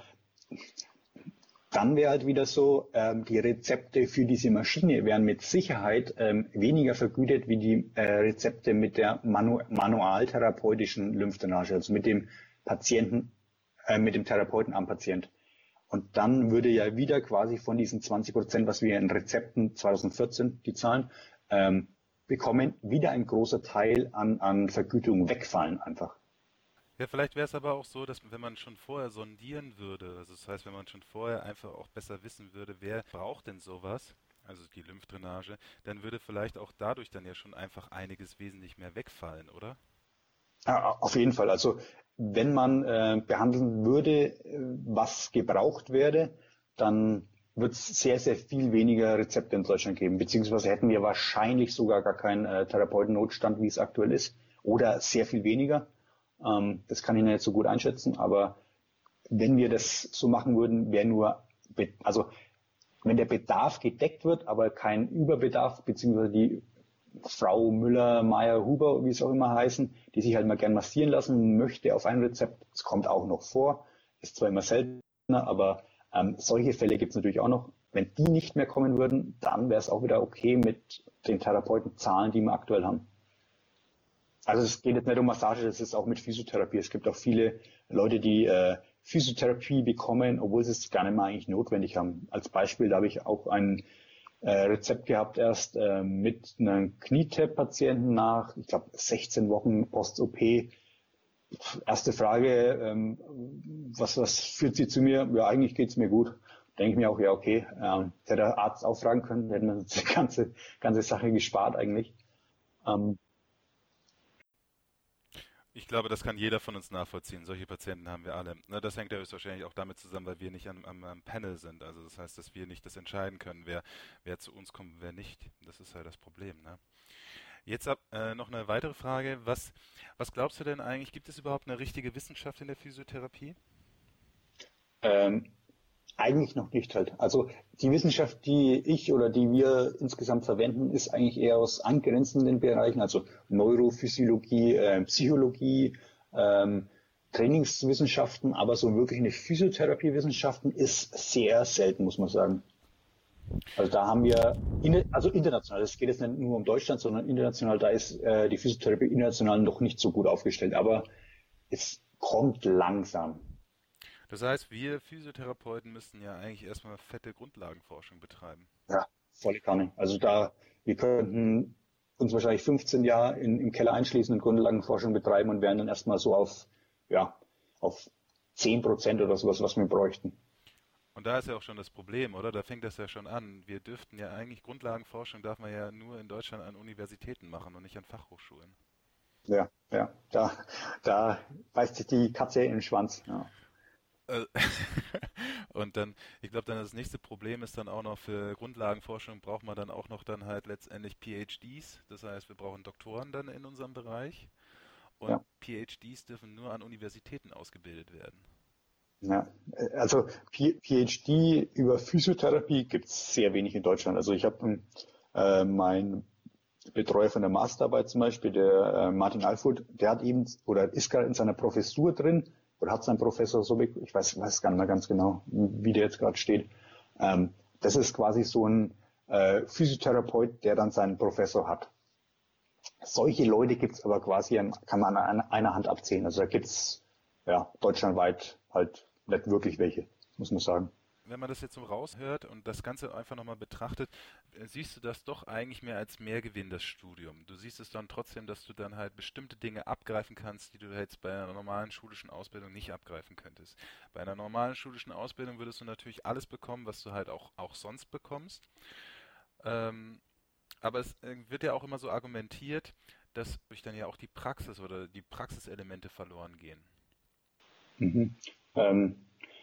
dann wäre halt wieder so, die Rezepte für diese Maschine wären mit Sicherheit weniger vergütet wie die Rezepte mit der manualtherapeutischen Lymphdrainage, also mit dem Patienten, mit dem Therapeuten am Patient. Und dann würde ja wieder quasi von diesen 20%, was wir in Rezepten 2014, die Zahlen, bekommen, wieder ein großer Teil an Vergütung wegfallen einfach. Ja, vielleicht wäre es aber auch so, dass wenn man schon vorher sondieren würde, also das heißt, wenn man schon vorher einfach auch besser wissen würde, wer braucht denn sowas, also die Lymphdrainage, dann würde vielleicht auch dadurch dann ja schon einfach einiges wesentlich mehr wegfallen, oder? Ja, auf jeden Fall. Also wenn man behandeln würde, was gebraucht werde, dann wird es sehr, sehr viel weniger Rezepte in Deutschland geben. Beziehungsweise hätten wir wahrscheinlich sogar gar keinen Therapeutennotstand, wie es aktuell ist. Oder sehr viel weniger. Das kann ich nicht so gut einschätzen. Aber wenn wir das so machen würden, wäre nur, also wenn der Bedarf gedeckt wird, aber kein Überbedarf, beziehungsweise die Frau Müller, Meier, Huber, wie es auch immer heißen, die sich halt mal gern massieren lassen möchte auf ein Rezept. Das kommt auch noch vor, ist zwar immer seltener, aber solche Fälle gibt es natürlich auch noch. Wenn die nicht mehr kommen würden, dann wäre es auch wieder okay mit den Therapeutenzahlen, die wir aktuell haben. Also es geht jetzt nicht um Massage, das ist auch mit Physiotherapie. Es gibt auch viele Leute, die Physiotherapie bekommen, obwohl sie es gar nicht mal eigentlich notwendig haben. Als Beispiel, da habe ich auch ein Rezept gehabt erst mit einem Knietap-Patienten nach, ich glaube, 16 Wochen Post-OP, Erste Frage, was führt Sie zu mir? Ja, eigentlich geht's mir gut. Denke ich mir auch, ja, okay, hätte der Arzt auch fragen können, hätten wir uns die ganze Sache gespart eigentlich. Ähm, Ich glaube, das kann jeder von uns nachvollziehen. Solche Patienten haben wir alle. Na, das hängt ja höchstwahrscheinlich auch damit zusammen, weil wir nicht am Panel sind. Also das heißt, dass wir nicht das entscheiden können, wer zu uns kommt und wer nicht. Das ist halt das Problem, ne? Jetzt noch eine weitere Frage. Was glaubst du denn eigentlich? Gibt es überhaupt eine richtige Wissenschaft in der Physiotherapie? ähm, Eigentlich noch nicht halt. Also die Wissenschaft, die ich oder die wir insgesamt verwenden, ist eigentlich eher aus angrenzenden Bereichen, also Neurophysiologie, Psychologie, ähm, Trainingswissenschaften, aber so wirklich eine Physiotherapiewissenschaften ist sehr selten, muss man sagen. Also da haben wir, also international, es geht jetzt nicht nur um Deutschland, sondern international, da ist die Physiotherapie international noch nicht so gut aufgestellt, aber es kommt langsam. Das heißt, wir Physiotherapeuten müssten ja eigentlich erstmal fette Grundlagenforschung betreiben. Ja, volle Kanne. Also da, wir könnten uns wahrscheinlich 15 Jahre im Keller einschließen und Grundlagenforschung betreiben und wären dann erstmal so ja, auf 10% oder sowas, was wir bräuchten. Und da ist ja auch schon das Problem, oder? Da fängt das ja schon an. Wir dürften ja eigentlich Grundlagenforschung darf man ja nur in Deutschland an Universitäten machen und nicht an Fachhochschulen. Ja, ja, da beißt sich die Katze in den Schwanz. Ja, Äh, Und dann, ich glaube, dann das nächste Problem ist dann auch noch für Grundlagenforschung braucht man dann auch noch dann halt letztendlich PhDs. Das heißt, wir brauchen Doktoren dann in unserem Bereich und ja, PhDs dürfen nur an Universitäten ausgebildet werden. ja. Also PhD über Physiotherapie gibt es sehr wenig in Deutschland. Also ich habe mein Betreuer von der Masterarbeit zum Beispiel, der Martin Alfurt, der hat eben oder ist gerade in seiner Professur drin oder hat seinen Professor so, ich weiß gar nicht mehr ganz genau, wie der jetzt gerade steht. Das ist quasi so ein Physiotherapeut, der dann seinen Professor hat. Solche Leute gibt es aber quasi, kann man an einer Hand abzählen. Also da gibt es ja deutschlandweit halt nicht wirklich welche, muss man sagen. Wenn man das jetzt so raushört und das Ganze einfach nochmal betrachtet, siehst du das doch eigentlich mehr als Mehrgewinn, das Studium. Du siehst es dann trotzdem, dass du dann halt bestimmte Dinge abgreifen kannst, die du jetzt bei einer normalen schulischen Ausbildung nicht abgreifen könntest. Bei einer normalen schulischen Ausbildung würdest du natürlich alles bekommen, was du halt auch sonst bekommst. Ähm, aber es wird ja auch immer so argumentiert, dass durch dann ja auch die Praxis oder die Praxiselemente verloren gehen. Mhm. Ähm,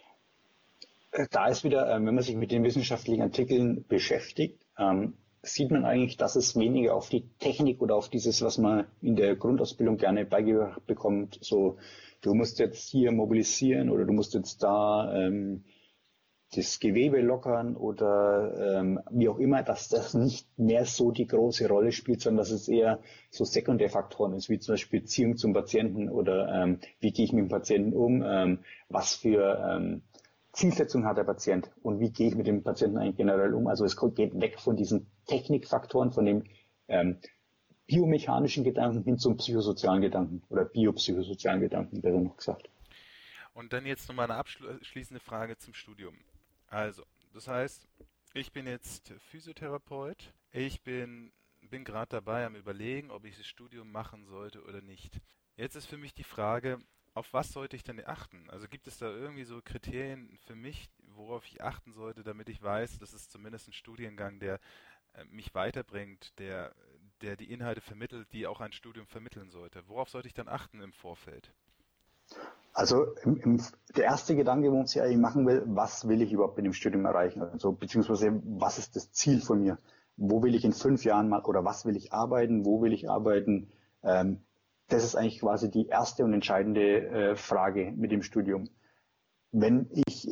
Da ist wieder, wenn man sich mit den wissenschaftlichen Artikeln beschäftigt, sieht man eigentlich, dass es weniger auf die Technik oder auf dieses, was man in der Grundausbildung gerne beigebracht bekommt, so du musst jetzt hier mobilisieren oder du musst jetzt da das Gewebe lockern oder wie auch immer, dass das nicht mehr so die große Rolle spielt, sondern dass es eher so Sekundärfaktoren ist, wie zum Beispiel Beziehung zum Patienten oder wie gehe ich mit dem Patienten um, was für Zielsetzung hat der Patient und wie gehe ich mit dem Patienten eigentlich generell um. Also es geht weg von diesen Technikfaktoren, von dem ähm, biomechanischen Gedanken hin zum psychosozialen Gedanken oder biopsychosozialen Gedanken, besser noch gesagt. Und dann jetzt nochmal eine abschließende Frage zum Studium. Also, das heißt, ich bin jetzt Physiotherapeut. Ich bin gerade dabei am Überlegen, ob ich das Studium machen sollte oder nicht. Jetzt ist für mich die Frage, auf was sollte ich denn achten? Also gibt es da irgendwie so Kriterien für mich, worauf ich achten sollte, damit ich weiß, das ist zumindest ein Studiengang, der mich weiterbringt, der die Inhalte vermittelt, die auch ein Studium vermitteln sollte. Worauf sollte ich dann achten im Vorfeld? Also der erste Gedanke, wo man sich eigentlich machen will, was will ich überhaupt mit dem Studium erreichen? Also beziehungsweise was ist das Ziel von mir? Wo will ich in 5 Jahren mal oder was will ich arbeiten? Wo will ich arbeiten? Ähm, Das ist eigentlich quasi die erste und entscheidende Frage mit dem Studium. Wenn ich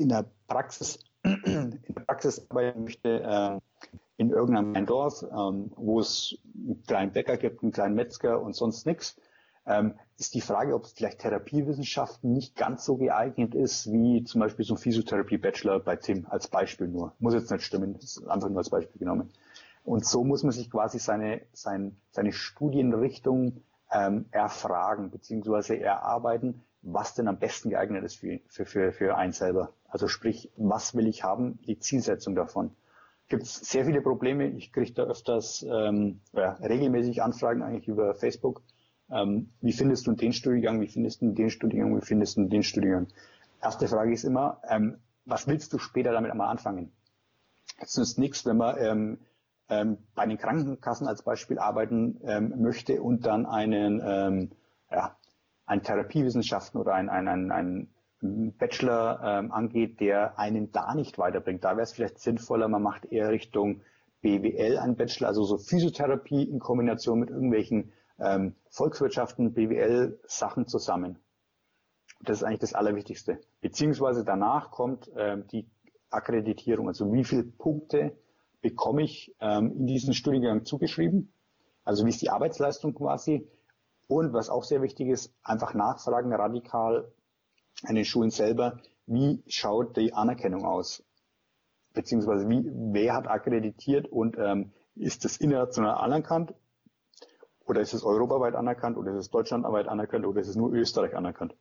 in der Praxis arbeiten möchte, in irgendeinem kleinen Dorf, wo es einen kleinen Bäcker gibt, einen kleinen Metzger und sonst nichts, ist die Frage, ob vielleicht Therapiewissenschaften nicht ganz so geeignet ist, wie zum Beispiel so ein Physiotherapie-Bachelor bei Tim, als Beispiel nur. Muss jetzt nicht stimmen, ist einfach nur als Beispiel genommen. Und so muss man sich quasi seine Studienrichtung erfragen, beziehungsweise erarbeiten, was denn am besten geeignet ist für einen selber. Also sprich, was will ich haben, die Zielsetzung davon. Gibt es sehr viele Probleme. Ich kriege da öfters regelmäßig Anfragen eigentlich über Facebook, wie findest du den Studiengang, wie findest du den Studiengang, wie findest du den Studiengang? Erste Frage ist immer, was willst du später damit einmal anfangen? Es nützt nichts, wenn man bei den Krankenkassen als Beispiel arbeiten möchte und dann einen Therapiewissenschaften oder einen Bachelor angeht, der einen da nicht weiterbringt. Da wäre es vielleicht sinnvoller, man macht eher Richtung BWL einen Bachelor, also so Physiotherapie in Kombination mit irgendwelchen Volkswirtschaften, BWL-Sachen zusammen. Das ist eigentlich das Allerwichtigste. Beziehungsweise danach kommt die Akkreditierung, also wie viele Punkte bekomme ich in diesen Studiengang zugeschrieben, also wie ist die Arbeitsleistung quasi und was auch sehr wichtig ist, einfach nachfragen radikal an den Schulen selber, wie schaut die Anerkennung aus, beziehungsweise wer hat akkreditiert und ist das international anerkannt oder ist es europaweit anerkannt oder ist es deutschlandweit anerkannt oder ist es nur Österreich anerkannt?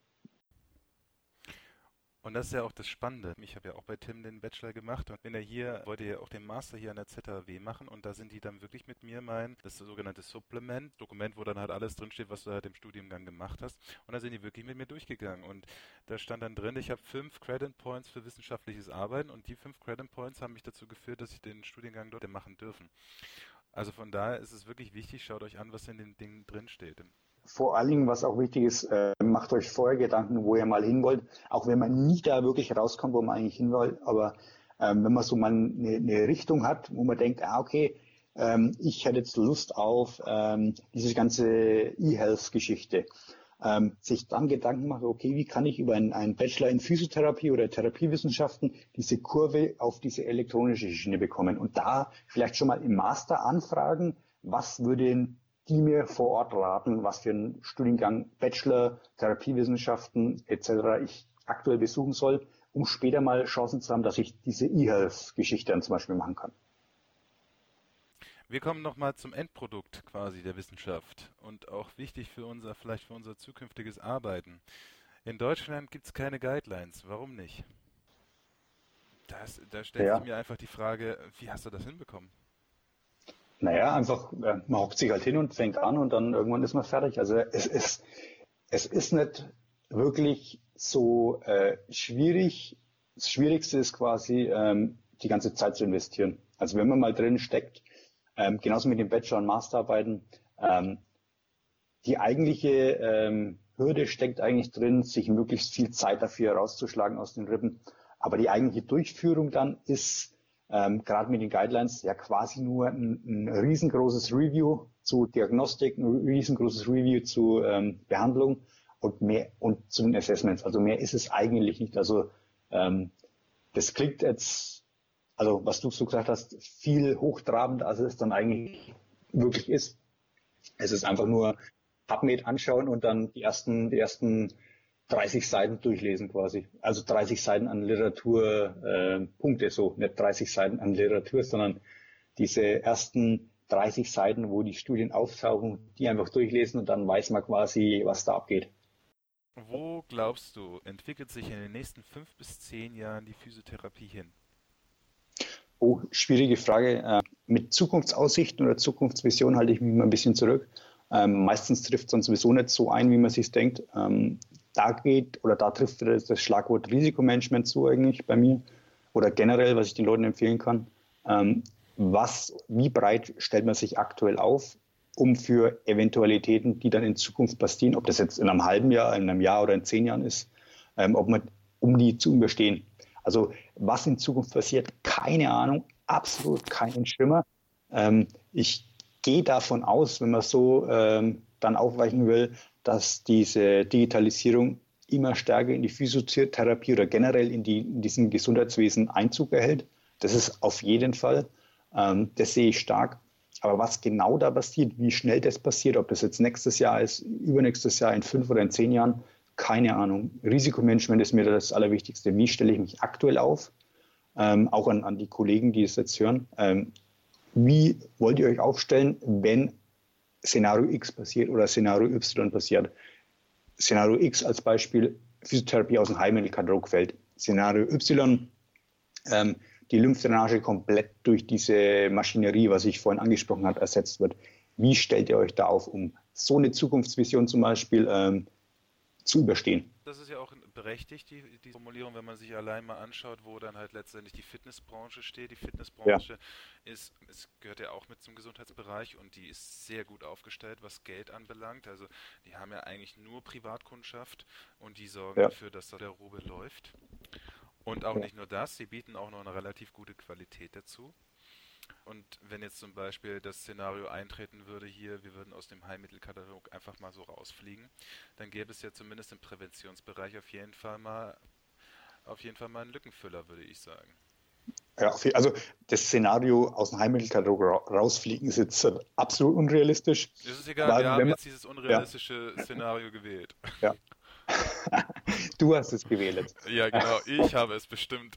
Und das ist ja auch das Spannende. Ich habe ja auch bei Tim den Bachelor gemacht und bin ja hier, wollte ja auch den Master hier an der ZHW machen und da sind die dann wirklich mit mir das sogenannte Supplement, Dokument, wo dann halt alles drinsteht, was du halt im Studiengang gemacht hast. Und da sind die wirklich mit mir durchgegangen und da stand dann drin, ich habe 5 Credit Points für wissenschaftliches Arbeiten und die 5 Credit Points haben mich dazu geführt, dass ich den Studiengang dort machen dürfen. Also von daher ist es wirklich wichtig, schaut euch an, was in den Dingen drinsteht. Vor allen Dingen, was auch wichtig ist, macht euch vorher Gedanken, wo ihr mal hin wollt, auch wenn man nie da wirklich rauskommt, wo man eigentlich hin will, aber wenn man so mal eine Richtung hat, wo man denkt, okay, ich hätte jetzt Lust auf diese ganze E-Health-Geschichte, sich dann Gedanken macht, okay, wie kann ich über einen Bachelor in Physiotherapie oder Therapiewissenschaften diese Kurve auf diese elektronische Schiene bekommen und da vielleicht schon mal im Master anfragen, was würde die mir vor Ort raten, was für einen Studiengang Bachelor, Therapiewissenschaften etc. ich aktuell besuchen soll, um später mal Chancen zu haben, dass ich diese E-Health-Geschichte dann zum Beispiel machen kann. Wir kommen nochmal zum Endprodukt quasi der Wissenschaft und auch wichtig vielleicht für unser zukünftiges Arbeiten. In Deutschland gibt es keine Guidelines. Warum nicht? Da stellt sich mir einfach die Frage, wie hast du das hinbekommen? Naja, einfach, man hockt sich halt hin und fängt an und dann irgendwann ist man fertig. Also es ist nicht wirklich so schwierig. Das Schwierigste ist quasi, die ganze Zeit zu investieren. Also wenn man mal drin steckt, genauso mit den Bachelor- und Masterarbeiten, die eigentliche Hürde steckt eigentlich drin, sich möglichst viel Zeit dafür rauszuschlagen aus den Rippen. Aber die eigentliche Durchführung dann ist gerade mit den Guidelines ja quasi nur ein riesengroßes Review zu Diagnostik, ein riesengroßes Review zu Behandlung und zu den Assessments. Also mehr ist es eigentlich nicht. Also das klingt jetzt, also was du so gesagt hast, viel hochtrabend, als es dann eigentlich wirklich ist. Es ist einfach nur PubMed anschauen und dann die ersten 30 Seiten durchlesen quasi. Also 30 Seiten an Literatur, Punkte so, nicht 30 Seiten an Literatur, sondern diese ersten 30 Seiten, wo die Studien auftauchen, die einfach durchlesen und dann weiß man quasi, was da abgeht. Wo glaubst du, entwickelt sich in den nächsten 5 bis 10 Jahren die Physiotherapie hin? Oh, schwierige Frage. Mit Zukunftsaussichten oder Zukunftsvision halte ich mich mal ein bisschen zurück. Meistens trifft es dann sowieso nicht so ein, wie man sich denkt. Da trifft das Schlagwort Risikomanagement zu eigentlich bei mir oder generell, was ich den Leuten empfehlen kann. Wie breit stellt man sich aktuell auf, um für Eventualitäten, die dann in Zukunft passieren, ob das jetzt in einem halben Jahr, in einem Jahr oder in 10 Jahren ist, um die zu überstehen. Also was in Zukunft passiert, keine Ahnung, absolut keinen Schimmer. Ich gehe davon aus, wenn man so dann aufweichen will, dass diese Digitalisierung immer stärker in die Physiotherapie oder generell in diesem Gesundheitswesen Einzug erhält. Das ist auf jeden Fall. Das sehe ich stark. Aber was genau da passiert, wie schnell das passiert, ob das jetzt nächstes Jahr ist, übernächstes Jahr, in 5 oder in 10 Jahren, keine Ahnung. Risikomanagement ist mir das Allerwichtigste. Wie stelle ich mich aktuell auf? Auch an die Kollegen, die es jetzt hören. Wie wollt ihr euch aufstellen, wenn Szenario X passiert oder Szenario Y passiert? Szenario X als Beispiel, Physiotherapie aus dem Heilmittelkatalog fällt. Szenario Y, die Lymphdrainage komplett durch diese Maschinerie, was ich vorhin angesprochen habe, ersetzt wird. Wie stellt ihr euch da auf um? so eine Zukunftsvision zum Beispiel zu überstehen. Das ist ja auch berechtigt, die Formulierung, wenn man sich allein mal anschaut, wo dann halt letztendlich die Fitnessbranche steht. Die Fitnessbranche es gehört ja auch mit zum Gesundheitsbereich und die ist sehr gut aufgestellt, was Geld anbelangt. Also die haben ja eigentlich nur Privatkundschaft und die sorgen dafür, dass da der Rubel läuft. Und auch nicht nur das, sie bieten auch noch eine relativ gute Qualität dazu. Und wenn jetzt zum Beispiel das Szenario eintreten würde hier, wir würden aus dem Heilmittelkatalog einfach mal so rausfliegen, dann gäbe es ja zumindest im Präventionsbereich auf jeden Fall mal einen Lückenfüller, würde ich sagen. Ja, also das Szenario aus dem Heilmittelkatalog rausfliegen ist jetzt absolut unrealistisch. Es ist egal, wir haben jetzt dieses unrealistische Szenario gewählt. Ja. Du hast es gewählt. Ja, genau, ich habe es bestimmt.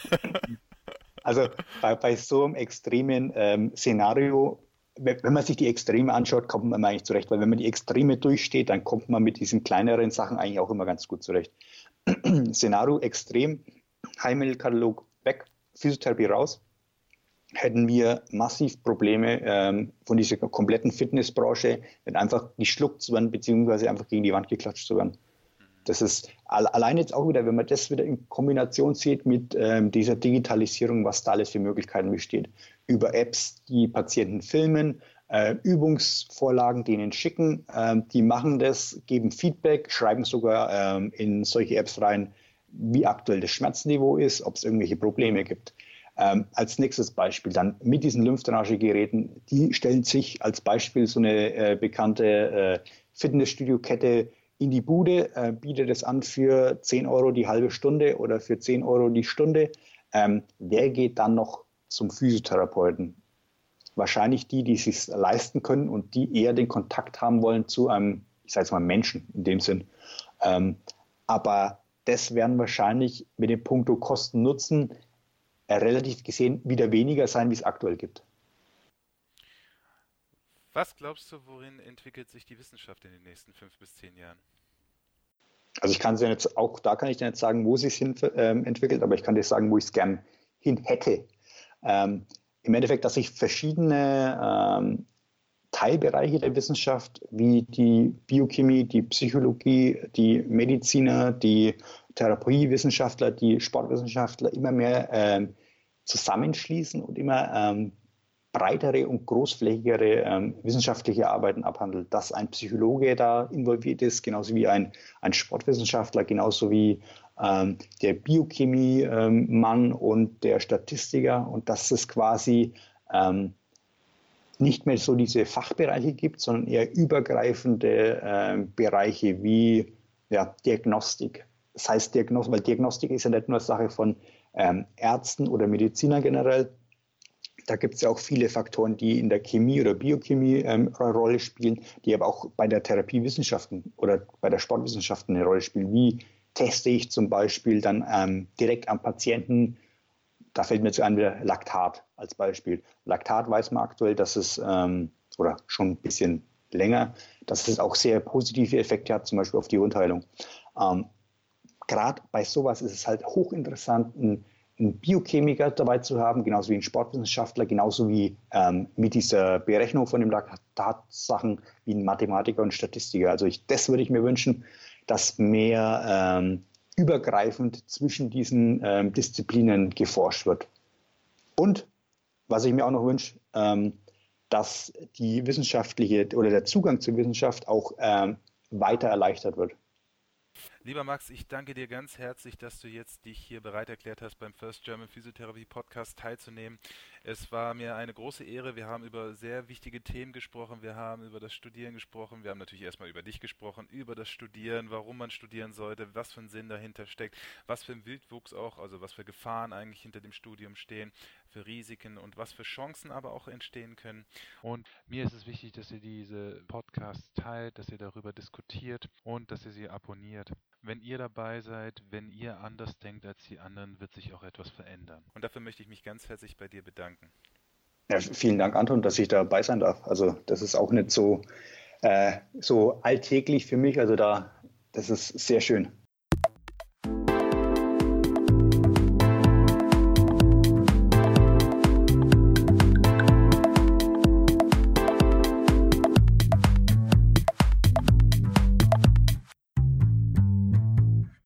Also bei so einem extremen Szenario, wenn man sich die Extreme anschaut, kommt man eigentlich zurecht, weil wenn man die Extreme durchsteht, dann kommt man mit diesen kleineren Sachen eigentlich auch immer ganz gut zurecht. Szenario extrem, Heilmittelkatalog weg, Physiotherapie raus, hätten wir massiv Probleme von dieser kompletten Fitnessbranche, wenn einfach geschluckt zu werden, beziehungsweise einfach gegen die Wand geklatscht zu werden. Das ist allein jetzt auch wieder, wenn man das wieder in Kombination sieht mit dieser Digitalisierung, was da alles für Möglichkeiten besteht. Über Apps, die Patienten filmen, Übungsvorlagen denen schicken, die machen das, geben Feedback, schreiben sogar in solche Apps rein, wie aktuell das Schmerzniveau ist, ob es irgendwelche Probleme gibt. Als nächstes Beispiel dann mit diesen Lymphdrainagegeräten, die stellen sich als Beispiel so eine bekannte Fitnessstudio-Kette in die Bude, bietet es an für 10 Euro die halbe Stunde oder für 10 Euro die Stunde. Wer geht dann noch zum Physiotherapeuten? Wahrscheinlich die es sich leisten können und die eher den Kontakt haben wollen zu einem, ich sage jetzt mal Menschen in dem Sinn. Aber das werden wahrscheinlich mit dem Punkto Kosten-Nutzen relativ gesehen wieder weniger sein, wie es aktuell gibt. Was glaubst du, worin entwickelt sich die Wissenschaft in den nächsten 5 bis 10 Jahren? Also ich kann es ja jetzt, auch da kann ich dir nicht sagen, wo sie es hin entwickelt, aber ich kann dir sagen, wo ich es gern hin hätte. Im Endeffekt, dass sich verschiedene Teilbereiche der Wissenschaft, wie die Biochemie, die Psychologie, die Mediziner, die Therapiewissenschaftler, die Sportwissenschaftler immer mehr zusammenschließen und immer breitere und großflächigere wissenschaftliche Arbeiten abhandelt, dass ein Psychologe da involviert ist, genauso wie ein Sportwissenschaftler, genauso wie der Biochemie-Mann und der Statistiker und dass es quasi nicht mehr so diese Fachbereiche gibt, sondern eher übergreifende Bereiche wie Diagnostik. Das heißt Diagnostik, weil Diagnostik ist ja nicht nur Sache von Ärzten oder Medizinern generell. Da gibt es ja auch viele Faktoren, die in der Chemie oder Biochemie eine Rolle spielen, die aber auch bei der Therapiewissenschaften oder bei der Sportwissenschaften eine Rolle spielen. Wie teste ich zum Beispiel dann direkt am Patienten, da fällt mir zu ein wieder Laktat als Beispiel. Laktat weiß man aktuell, dass es, oder schon ein bisschen länger, dass es auch sehr positive Effekte hat, zum Beispiel auf die Wundheilung. Gerade bei sowas ist es halt hochinteressant, einen Biochemiker dabei zu haben, genauso wie einen Sportwissenschaftler, genauso wie mit dieser Berechnung von den Laktatsachen wie ein Mathematiker und Statistiker. Also das würde ich mir wünschen, dass mehr übergreifend zwischen diesen Disziplinen geforscht wird. Und was ich mir auch noch wünsche, dass die wissenschaftliche oder der Zugang zur Wissenschaft auch weiter erleichtert wird. Lieber Max, ich danke dir ganz herzlich, dass du jetzt dich hier bereit erklärt hast, beim First German Physiotherapy Podcast teilzunehmen. Es war mir eine große Ehre. Wir haben über sehr wichtige Themen gesprochen. Wir haben über das Studieren gesprochen. Wir haben natürlich erstmal über dich gesprochen, über das Studieren, warum man studieren sollte, was für ein Sinn dahinter steckt, was für ein Wildwuchs auch, also was für Gefahren eigentlich hinter dem Studium stehen, für Risiken und was für Chancen aber auch entstehen können. Und mir ist es wichtig, dass ihr diese Podcasts teilt, dass ihr darüber diskutiert und dass ihr sie abonniert. Wenn ihr dabei seid, wenn ihr anders denkt als die anderen, wird sich auch etwas verändern. Und dafür möchte ich mich ganz herzlich bei dir bedanken. Ja, vielen Dank, Anton, dass ich dabei sein darf. Also das ist auch nicht so alltäglich für mich. Also das ist sehr schön.